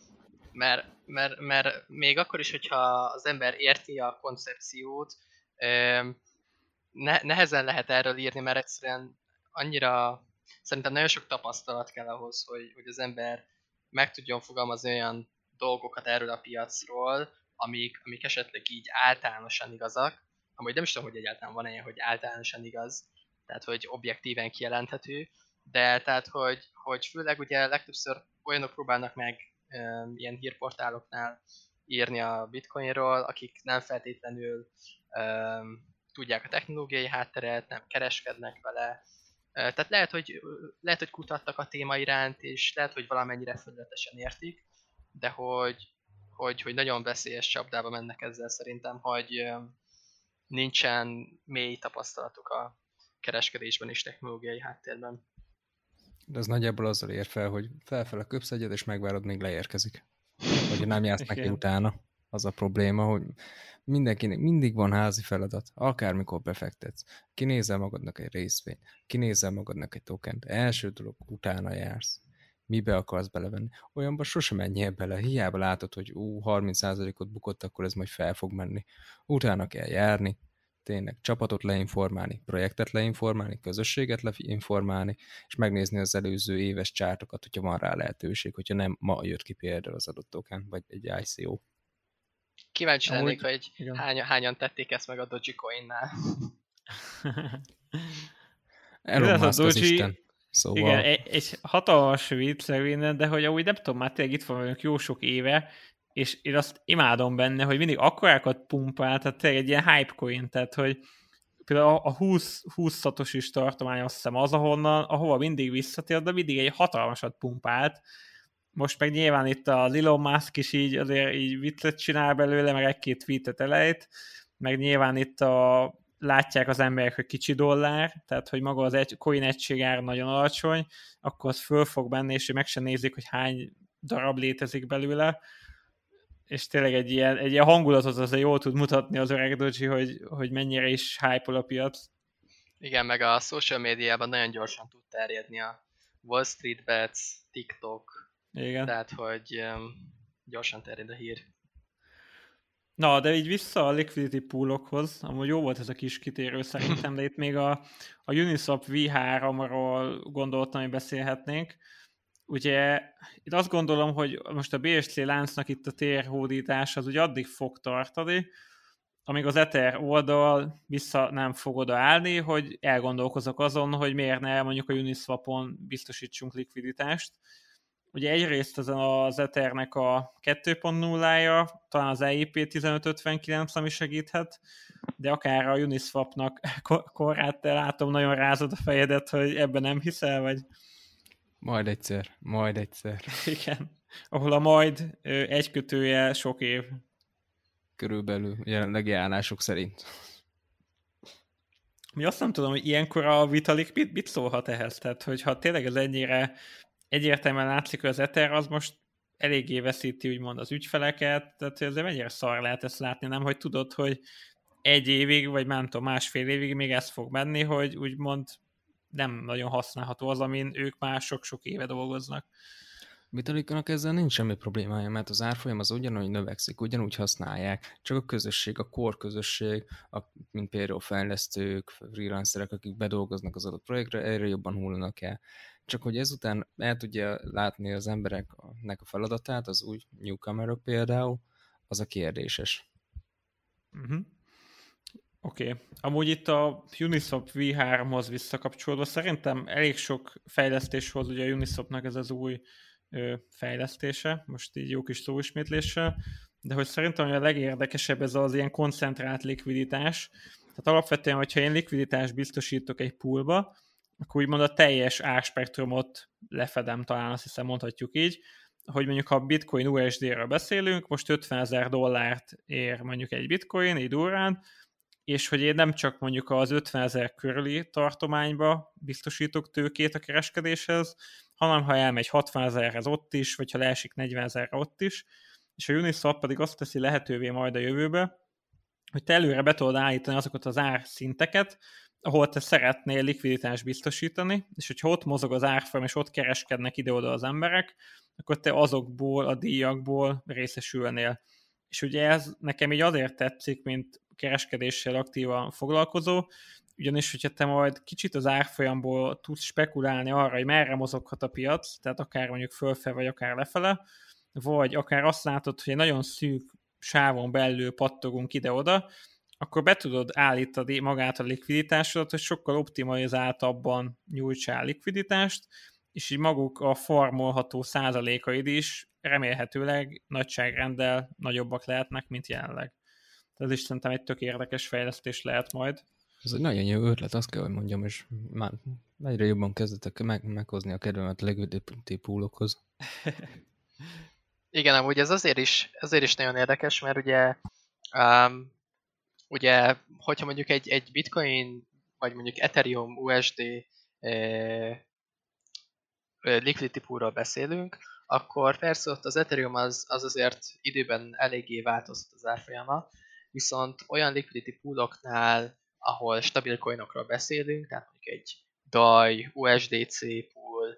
S4: mert még akkor is, hogyha az ember érti a koncepciót, nehezen lehet erről írni, mert egyszerűen annyira, szerintem nagyon sok tapasztalat kell ahhoz, hogy az ember meg tudjon fogalmazni olyan dolgokat erről a piacról, amik esetleg így általánosan igazak, amúgy nem is tudom, hogy egyáltalán van ilyen, hogy általánosan igaz, tehát hogy objektíven kijelenthető, de tehát, hogy főleg ugye legtöbbször olyanok próbálnak meg ilyen hírportáloknál írni a bitcoinról, akik nem feltétlenül tudják a technológiai hátteret, nem kereskednek vele. Tehát lehet, hogy kutattak a téma iránt, és lehet, hogy valamennyire felületesen értik, de hogy nagyon veszélyes csapdába mennek ezzel szerintem, hogy nincsen mély tapasztalatuk a kereskedésben és technológiai háttérben.
S3: De az nagyjából azzal ér fel, hogy felfele köpsz egyet, és megvárod, még leérkezik. Vagy nem jársz neki utána. Az a probléma, hogy mindenkinek mindig van házi feladat, akármikor befektetsz. Kinézel magadnak egy részvényt, kinézel magadnak egy tokent, első dolog, utána jársz. Mibe akarsz belevenni? Olyanban sosem menjél bele, hiába látod, hogy 30%-ot bukott, akkor ez majd fel fog menni. Utána kell járni, tényleg csapatot leinformálni, projektet leinformálni, közösséget leinformálni, és megnézni az előző éves csártokat, hogyha van rá lehetőség, hogyha nem ma jött ki például az adott token, vagy egy ICO.
S4: Kíváncsi lennék, hogy hányan tették ezt meg a Dogecoin-nál.
S3: Elon Musk az Isten. Szóval...
S2: Igen, egy hatalmas vicc minden, de hogy amúgy nem tudom, már tényleg itt van velünk jó sok éve, és én azt imádom benne, hogy mindig akkorákat pumpál, tehát tényleg egy ilyen hype coin, tehát hogy például a 20 szatosis tartomány azt hiszem az, ahova mindig visszatér, de mindig egy hatalmasat pumpált. Most meg nyilván itt az Elon Musk is így azért így viccet csinál belőle, meg egy-két tweetet elejt, meg nyilván itt látják az emberek, hogy kicsi dollár, tehát hogy maga az coin egységár nagyon alacsony, akkor az föl fog menni, és meg sem nézik, hogy hány darab létezik belőle, és tényleg egy ilyen hangulatot azért jól tud mutatni az öreg Doji, hogy mennyire is hype-ol a piac.
S4: Igen, meg a social médiában nagyon gyorsan tud terjedni a Wall Street Bets, TikTok,
S2: igen. Tehát,
S4: hogy gyorsan terjed a hír.
S2: Na, de így vissza a liquidity poolokhoz, amúgy jó volt ez a kis kitérő szerintem, de itt még a Uniswap V3-ról gondoltam, hogy beszélhetnénk. Ugye itt azt gondolom, hogy most a BSC láncnak itt a térhódítás az ugye addig fog tartani, amíg az Ether oldal vissza nem fog odaállni, hogy elgondolkozok azon, hogy miért ne mondjuk a Uniswapon biztosítsunk likviditást. Ugye egyrészt ezen az Ethernek a 2.0-ja, talán az EIP 1559, ami segíthet, de akár a Uniswapnak korát, te látom, nagyon rázod a fejedet, hogy ebben nem hiszel, vagy...
S3: Majd egyszer.
S2: Igen. Ahol a majd egy kötője sok év.
S3: Körülbelül jelenlegi állások szerint.
S2: Mi azt nem tudom, hogy ilyenkor a Vitalik mit szólhat ehhez? Tehát, hogyha tényleg ez ennyire egyértelműen látszik, hogy az Ether az most eléggé veszíti úgymond az ügyfeleket, tehát ezért mennyire szar lehet ezt látni, nem? Hogy tudod, hogy egy évig, vagy nem tudom, másfél évig még ez fog menni, hogy úgymond nem nagyon használható az, amin ők már sok-sok éve dolgoznak.
S3: Vitaliknak ezzel nincs semmi problémája, mert az árfolyam az ugyanúgy növekszik, ugyanúgy használják, csak a közösség, a core közösség, mint például fejlesztők, freelancerek, akik bedolgoznak az adott projektre, erre jobban hullanak el. Csak hogy ezután el tudja látni az embereknek a feladatát, az új newcomerok például, az a kérdéses.
S2: Uh-huh. Oké. Amúgy itt a Uniswap V3-hoz visszakapcsolódva szerintem elég sok fejlesztés volt ugye a Uniswapnak ez az új fejlesztése, most így jó kis szóismétléssel, de hogy szerintem a legérdekesebb ez az ilyen koncentrált likviditás. Tehát alapvetően, hogyha én likviditást biztosítok egy poolba, akkor úgymond a teljes árspektrumot lefedem, talán azt hiszem mondhatjuk így, hogy mondjuk ha Bitcoin USD-ről beszélünk, most $50,000 ér mondjuk egy Bitcoin, így durrán, és hogy én nem csak mondjuk az 50,000 körüli tartományba biztosítok tőkét a kereskedéshez, hanem ha elmegy 60,000-hez ott is, vagy ha leesik 40,000-re ott is, és a Uniswap pedig azt teszi lehetővé majd a jövőbe, hogy te előre be tudod állítani azokat az árszinteket, ahol te szeretnél likviditást biztosítani, és hogyha ott mozog az árfolyam, és ott kereskednek ide-oda az emberek, akkor te azokból a díjakból részesülnél. És ugye ez nekem így azért tetszik, mint kereskedéssel aktívan foglalkozó, ugyanis, hogyha te majd kicsit az árfolyamból tudsz spekulálni arra, hogy merre mozoghat a piac, tehát akár mondjuk fölfele, vagy akár lefele, vagy akár azt látod, hogy egy nagyon szűk sávon belül pattogunk ide-oda, akkor be tudod állítani magát a likviditásodat, hogy sokkal optimalizáltabban nyújtsál likviditást, és így maguk a farmolható százalékaid is remélhetőleg nagyságrenddel nagyobbak lehetnek, mint jelenleg. Ez is szerintem egy tök érdekes fejlesztés lehet majd.
S3: Ez egy nagyon jó ötlet, azt kell, hogy mondjam, és már egyre jobban kezdetek meghozni a kedvemet a liquidity poolokhoz.
S4: Igen, amúgy ez azért is nagyon érdekes, mert ugye hogyha mondjuk egy Bitcoin, vagy mondjuk Ethereum USD liquidity poolról beszélünk, akkor persze ott az Ethereum az azért időben eléggé változott az árfolyama, viszont olyan liquidity pooloknál, ahol stabil coinokról beszélünk, tehát mondjuk egy DAI, USDC pool,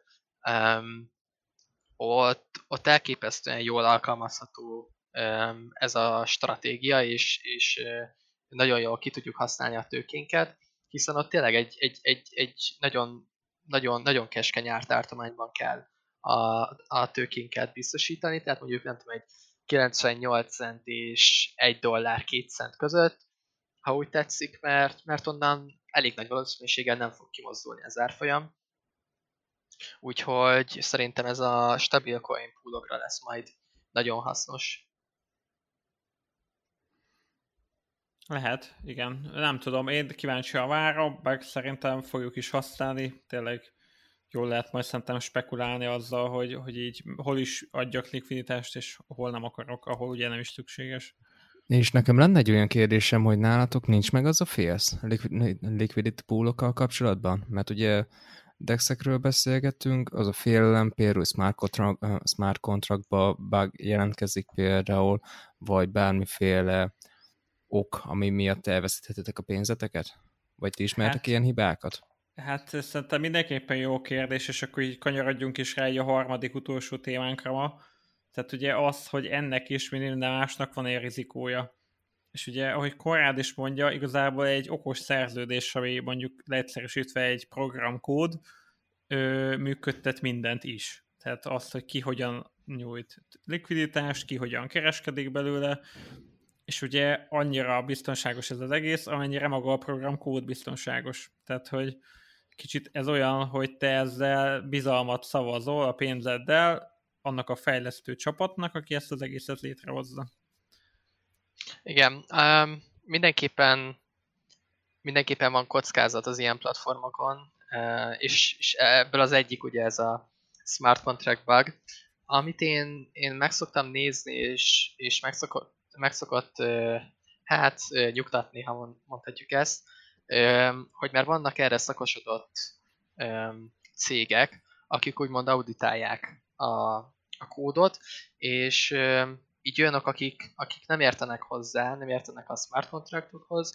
S4: ott elképesztően jól alkalmazható ez a stratégia, és nagyon jól ki tudjuk használni a tőkénket, hiszen ott tényleg egy nagyon keskeny ártartományban kell a tőkénket biztosítani, tehát mondjuk nem tudom, egy 98 cent és $1 2 cent között, ha úgy tetszik, mert onnan elég nagy valószínűséggel nem fog kimozdulni az árfolyam. Úgyhogy szerintem ez a stabil coin poolokra lesz majd nagyon hasznos.
S2: Lehet, igen. Nem tudom, én kíváncsian várom, meg szerintem fogjuk is használni. Tényleg jól lehet majd szerintem spekulálni azzal, hogy így hol is adjak likviditást, és hol nem akarok, ahol ugye nem is szükséges.
S3: És nekem lenne egy olyan kérdésem, hogy nálatok nincs meg az a félsz liquidity poolokkal kapcsolatban? Mert ugye DEX-ekről beszélgetünk, az a félelem például smart contractba bug jelentkezik például, vagy bármiféle ok, ami miatt elveszíthetitek a pénzeteket? Vagy ti ismertek ilyen hibákat?
S2: Hát szerintem mindenképpen jó kérdés, és akkor így kanyarodjunk is rá a harmadik utolsó témánkra ma. Tehát ugye az, hogy ennek is, mint minden másnak van egy rizikója. És ugye, ahogy Konrád is mondja, igazából egy okos szerződés, ami mondjuk leegyszerűsítve egy programkód, működtet mindent is. Tehát azt, hogy ki hogyan nyújt likviditást, ki hogyan kereskedik belőle, és ugye annyira biztonságos ez az egész, amennyire maga a programkód biztonságos. Tehát, hogy kicsit ez olyan, hogy te ezzel bizalmat szavazol a pénzeddel annak a fejlesztő csapatnak, aki ezt az egészet létrehozza.
S4: Igen, mindenképpen van kockázat az ilyen platformokon, és ebből az egyik ugye ez a smart contract bug, amit én meg szoktam nézni, és meg szokott nyugtatni, ha mondhatjuk ezt, hogy már vannak erre szakosodott cégek, akik úgymond auditálják a kódot, és így olyanok, akik nem értenek hozzá, nem értenek a smart contractokhoz,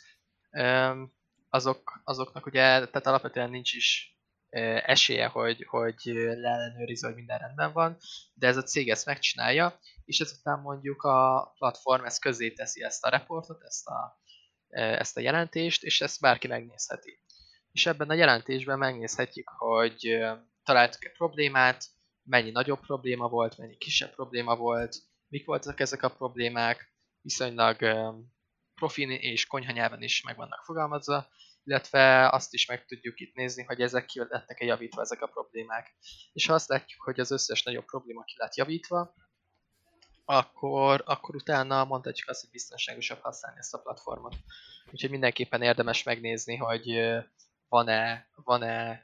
S4: azoknak ugye, tehát alapvetően nincs is esélye, hogy leellenőrizze, hogy minden rendben van, de ez a cég ezt megcsinálja, és ezután mondjuk a platform ezt közzé teszi ezt a reportot, ezt a jelentést, és ezt bárki megnézheti. És ebben a jelentésben megnézhetjük, hogy találtuk-e problémát, mennyi nagyobb probléma volt, mennyi kisebb probléma volt, mik voltak ezek a problémák, viszonylag profin és konyha nyelven is meg vannak fogalmazva, illetve azt is meg tudjuk itt nézni, hogy ezek ki lettek-e javítva ezek a problémák. És ha azt látjuk, hogy az összes nagyobb probléma ki lett javítva, akkor utána mondhatjuk azt, hogy biztonságosabb használni ezt a platformot. Úgyhogy mindenképpen érdemes megnézni, hogy van-e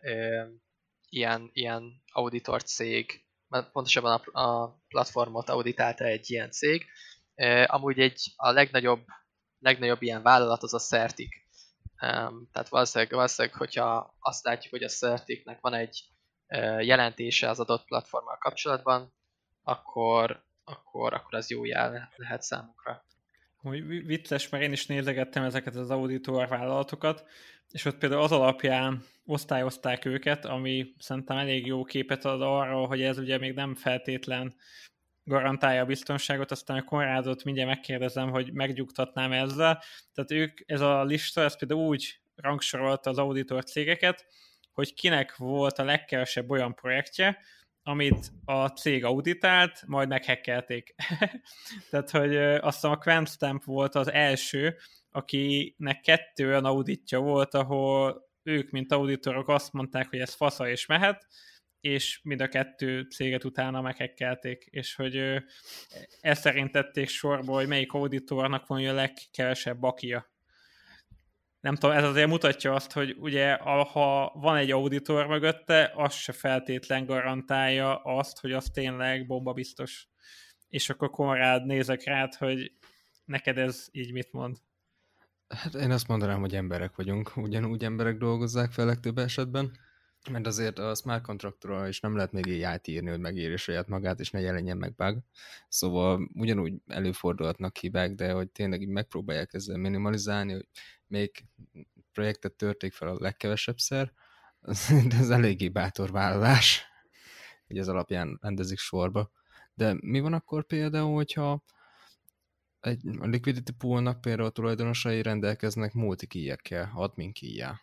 S4: ilyen auditor cég, pontosabban a platformot auditálta egy ilyen cég. Amúgy a legnagyobb ilyen vállalat az a Certic. Tehát valószínűleg, hogyha azt látjuk, hogy a Certicnek van egy jelentése az adott platformmal kapcsolatban, akkor az jó jel lehet számunkra.
S2: Vicces, mert én is nézegettem ezeket az auditor vállalatokat, és ott például az alapján osztályozták őket, ami szerintem elég jó képet ad arra, hogy ez ugye még nem feltétlen garantálja a biztonságot, aztán a Konrádot mindjárt megkérdezem, hogy megnyugtatnám ezzel. Tehát ez a lista, ez például úgy rangsorolta az auditor cégeket, hogy kinek volt a legkevesebb olyan projektje, amit a cég auditált, majd meghekkelték. Tehát, hogy azt hiszem a QuantStamp volt az első, akinek 2 olyan auditja volt, ahol ők, mint auditorok azt mondták, hogy ez fasza és mehet, és mind a 2 céget utána meghekkelték, és hogy ezt szerint tették sorba, hogy melyik auditornak van a legkevesebb bakia. Nem tudom, ez azért mutatja azt, hogy ugye ha van egy auditor mögötte, az se feltétlen garantálja azt, hogy az tényleg bombabiztos. És akkor Konrád, nézek rád, hogy neked ez így mit mond?
S3: Hát én azt mondanám, hogy emberek vagyunk. Ugyanúgy emberek dolgozzák fel legtöbb esetben, mert azért a smart contractorral is nem lehet még AI-t írni, hogy megírja saját magát, és ne jelenjen meg bug. Szóval ugyanúgy előfordulhatnak hibák, de hogy tényleg így megpróbálják ezzel minimalizálni, hogy még projektet törték fel a legkevesebbszer, de ez eléggé bátor vállalás, hogy ez alapján rendezik sorba. De mi van akkor például, hogyha a liquidity poolnak például a tulajdonosai rendelkeznek multi-keyekkel, admin keyjel?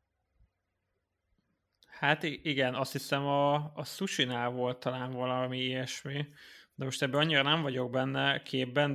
S2: Hát igen, azt hiszem a Sushi-nál volt talán valami ilyesmi, de most ebben annyira nem vagyok benne képben,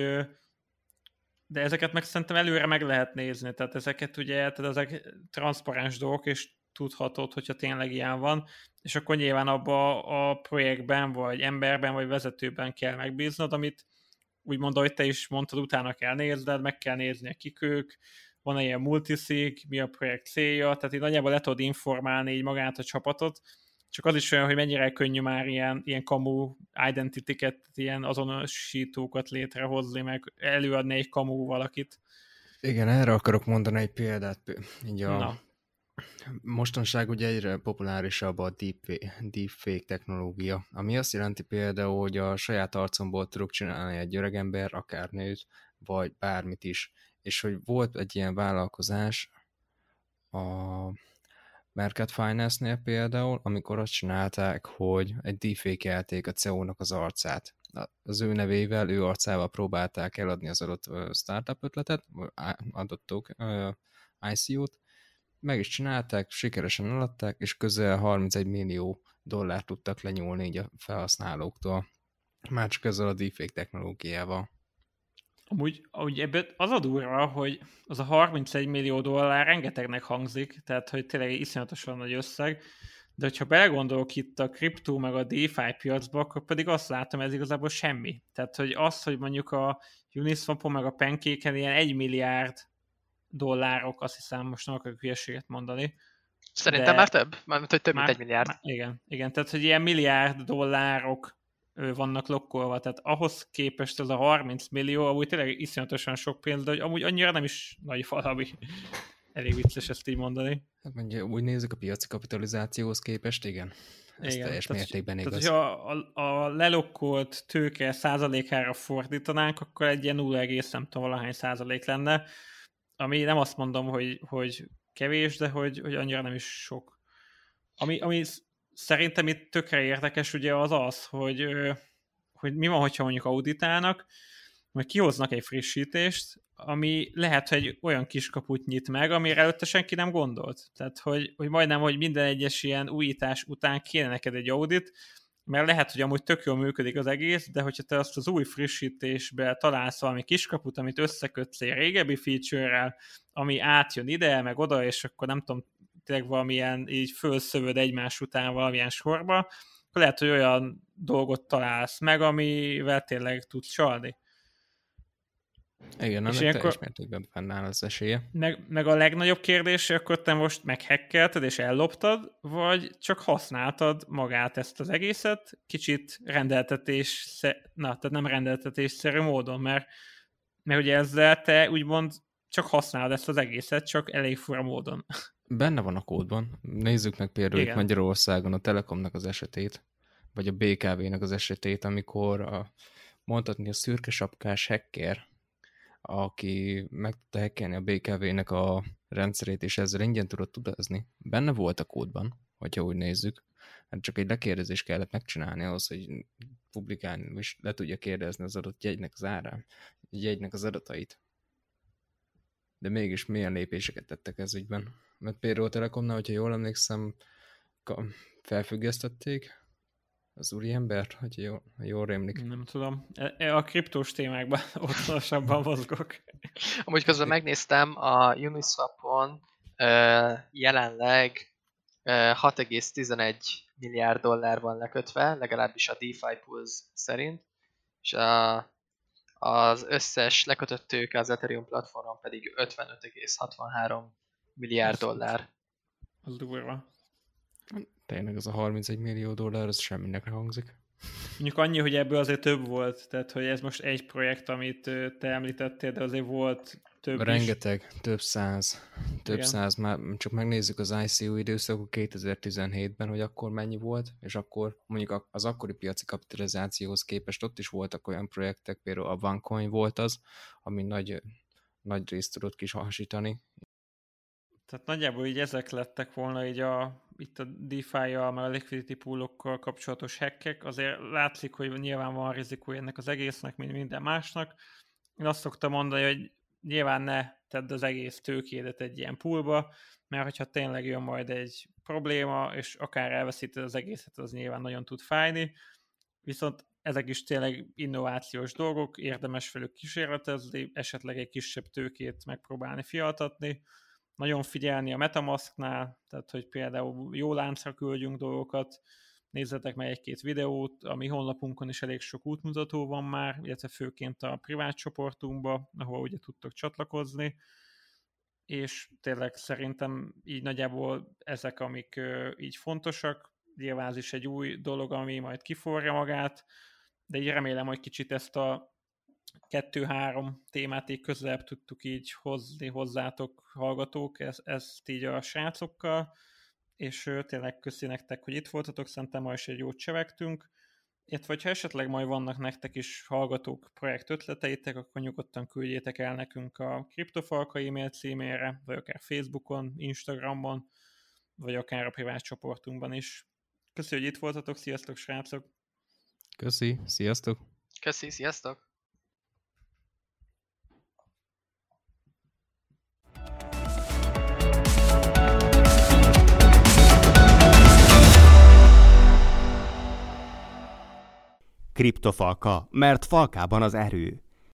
S2: de ezeket meg szerintem előre meg lehet nézni, tehát ezeket ugye, tehát ezek transzparens dolgok, és tudhatod, hogyha tényleg ilyen van, és akkor nyilván abba a projektben, vagy emberben, vagy vezetőben kell megbíznod, amit úgymond, ahogy te is mondtad, utána kell nézned, meg kell nézni, kik ők, van-e ilyen multiszig, mi a projekt célja, tehát így nagyjából le tudod informálni így magát a csapatot, csak az is olyan, hogy mennyire könnyű már ilyen kamu identity-ket, ilyen azonosítókat létrehozni, meg előadni egy kamu valakit.
S3: Igen, erre akarok mondani egy példát. Így mostanság ugye egyre populárisabb a deepfake technológia, ami azt jelenti például, hogy a saját arcomból tudok csinálni egy öregember, akár nőt, vagy bármit is. És hogy volt egy ilyen vállalkozás a Market Finance-nél például, amikor azt csinálták, hogy egy deepfake-elték a CEO-nak az arcát. Az ő nevével, ő arcával próbálták eladni az adott startup ötletet, adottok ICO-t, meg is csinálták, sikeresen eladták, és közel 31 millió dollárt tudtak lenyúlni így a felhasználóktól. Már csak ezzel a deepfake technológiával.
S2: Amúgy ebből az a durva, hogy az a 31 millió dollár rengetegnek hangzik, tehát hogy tényleg iszonyatosan nagy összeg, de hogyha belegondolok itt a kriptó meg a DeFi piacba, akkor pedig azt látom, ez igazából semmi. Tehát, hogy az, hogy mondjuk a Uniswapon meg a Pancake-en ilyen 1 milliárd dollárok, azt hiszem, most nem akarok hülyeséget mondani.
S4: Szerintem már több, mármint, hogy több mint 1 milliárd.
S2: Igen, tehát, hogy ilyen milliárd dollárok vannak lokkolva, tehát ahhoz képest ez a 30 millió, amúgy tényleg iszonyatosan sok pénz, de hogy amúgy annyira nem is nagy valami. elég vicces ezt így mondani.
S3: Hát mondjuk úgy nézzük a piaci kapitalizációhoz képest, igen. Ez
S2: Igen,
S3: teljes mértékben igaz.
S2: Tehát, hogyha a lelokkolt tőke százalékára fordítanánk, akkor egy ilyen 0, nem tudom, valahány százalék lenne, ami nem azt mondom, hogy kevés, de hogy annyira nem is sok. Ami szerintem itt tökre érdekes ugye az, hogy mi van, hogyha mondjuk auditálnak, majd kihoznak egy frissítést, ami lehet, hogy olyan kiskaput nyit meg, amire előtte senki nem gondolt. Tehát, hogy majdnem, hogy minden egyes ilyen újítás után kéne neked egy audit, mert lehet, hogy amúgy tök jól működik az egész, de hogyha te azt az új frissítésbe találsz valami kiskaput, amit összekötsz egy régebbi feature-rel, ami átjön ide, meg oda, és akkor nem tudom, tényleg valamilyen így fölszövöd egymás után valamilyen sorba, akkor lehet, hogy olyan dolgot találsz meg, amivel tényleg tudsz csalni.
S3: Igen, annak teljes mértékben fennáll az esélye.
S2: Meg a legnagyobb kérdés, akkor te most meghekkelted és elloptad, vagy csak használtad magát ezt az egészet, kicsit tehát nem rendeltetésszerű módon, mert ugye ezzel te úgymond csak használod ezt az egészet, csak elég fura módon.
S3: Benne van a kódban. Nézzük meg például itt Magyarországon a Telekomnak az esetét, vagy a BKV-nek az esetét, amikor mondhatni a szürke sapkás hacker, aki meg tudta hackelni a BKV-nek a rendszerét, és ezzel ingyen tudott utazni. Benne volt a kódban, hogyha úgy nézzük. Hát csak egy lekérdezést kellett megcsinálni ahhoz, hogy publikálni, és le tudja kérdezni az adott jegynek az árán, jegynek az adatait. De mégis milyen lépéseket tettek ez ügyben? Mert például a Telekomnál, hogyha jól emlékszem, felfüggesztették az úriembert, hogy jól rémlik.
S2: Nem tudom. A kriptós témákban otthonosabban mozgok.
S4: Amúgy közben megnéztem, a Uniswapon jelenleg 6,11 milliárd dollár van lekötve, legalábbis a DeFi Pulse szerint, és az összes lekötött tőke az Ethereum platformon pedig 55,63 milliárd dollár.
S2: Az durva.
S3: Tényleg az a 31 millió dollár, az semminek hangzik.
S2: Mondjuk annyi, hogy ebből azért több volt, tehát hogy ez most egy projekt, amit te említettél, de azért volt több
S3: rengeteg, is. Több száz, már csak megnézzük az ICO időszakot 2017-ben, hogy akkor mennyi volt, és akkor mondjuk az akkori piaci kapitalizációhoz képest ott is voltak olyan projektek, például a OneCoin volt az, ami nagy részt tudott kis hasítani.
S2: Tehát nagyjából így ezek lettek volna így itt a DeFi-jal, meg a liquidity poolokkal kapcsolatos hackek. Azért látszik, hogy nyilván van rizikója ennek az egésznek, mint minden másnak. Én azt szoktam mondani, hogy nyilván ne tedd az egész tőkédet egy ilyen poolba, mert hogyha tényleg jön majd egy probléma, és akár elveszíted az egészet, az nyilván nagyon tud fájni. Viszont ezek is tényleg innovációs dolgok, érdemes velük kísérletezni, esetleg egy kisebb tőkét megpróbálni fialtatni. Nagyon figyelni a MetaMasknál, tehát hogy például jó láncra küldjünk dolgokat, nézzetek meg egy-két videót, a mi honlapunkon is elég sok útmutató van már, illetve főként a privát csoportunkba, ahol ugye tudtok csatlakozni, és tényleg szerintem így nagyjából ezek, amik így fontosak, nyilván ez is egy új dolog, ami majd kiforja magát, de így remélem, hogy kicsit ezt a 2-3 témát így közelebb tudtuk így hozni hozzátok, hallgatók, ezt így a srácokkal, és tényleg köszi nektek, hogy itt voltatok, szerintem ma is egy jót csevegtünk, illetve ha esetleg majd vannak nektek is hallgatók projekt ötleteitek, akkor nyugodtan küldjétek el nekünk a Kriptofalka e-mail címére, vagy akár Facebookon, Instagramon, vagy akár a privát csoportunkban is. Köszi, hogy itt voltatok, sziasztok srácok!
S3: Köszi, sziasztok!
S4: Köszi, sziasztok!
S1: Kriptofalka, mert falkában az erő.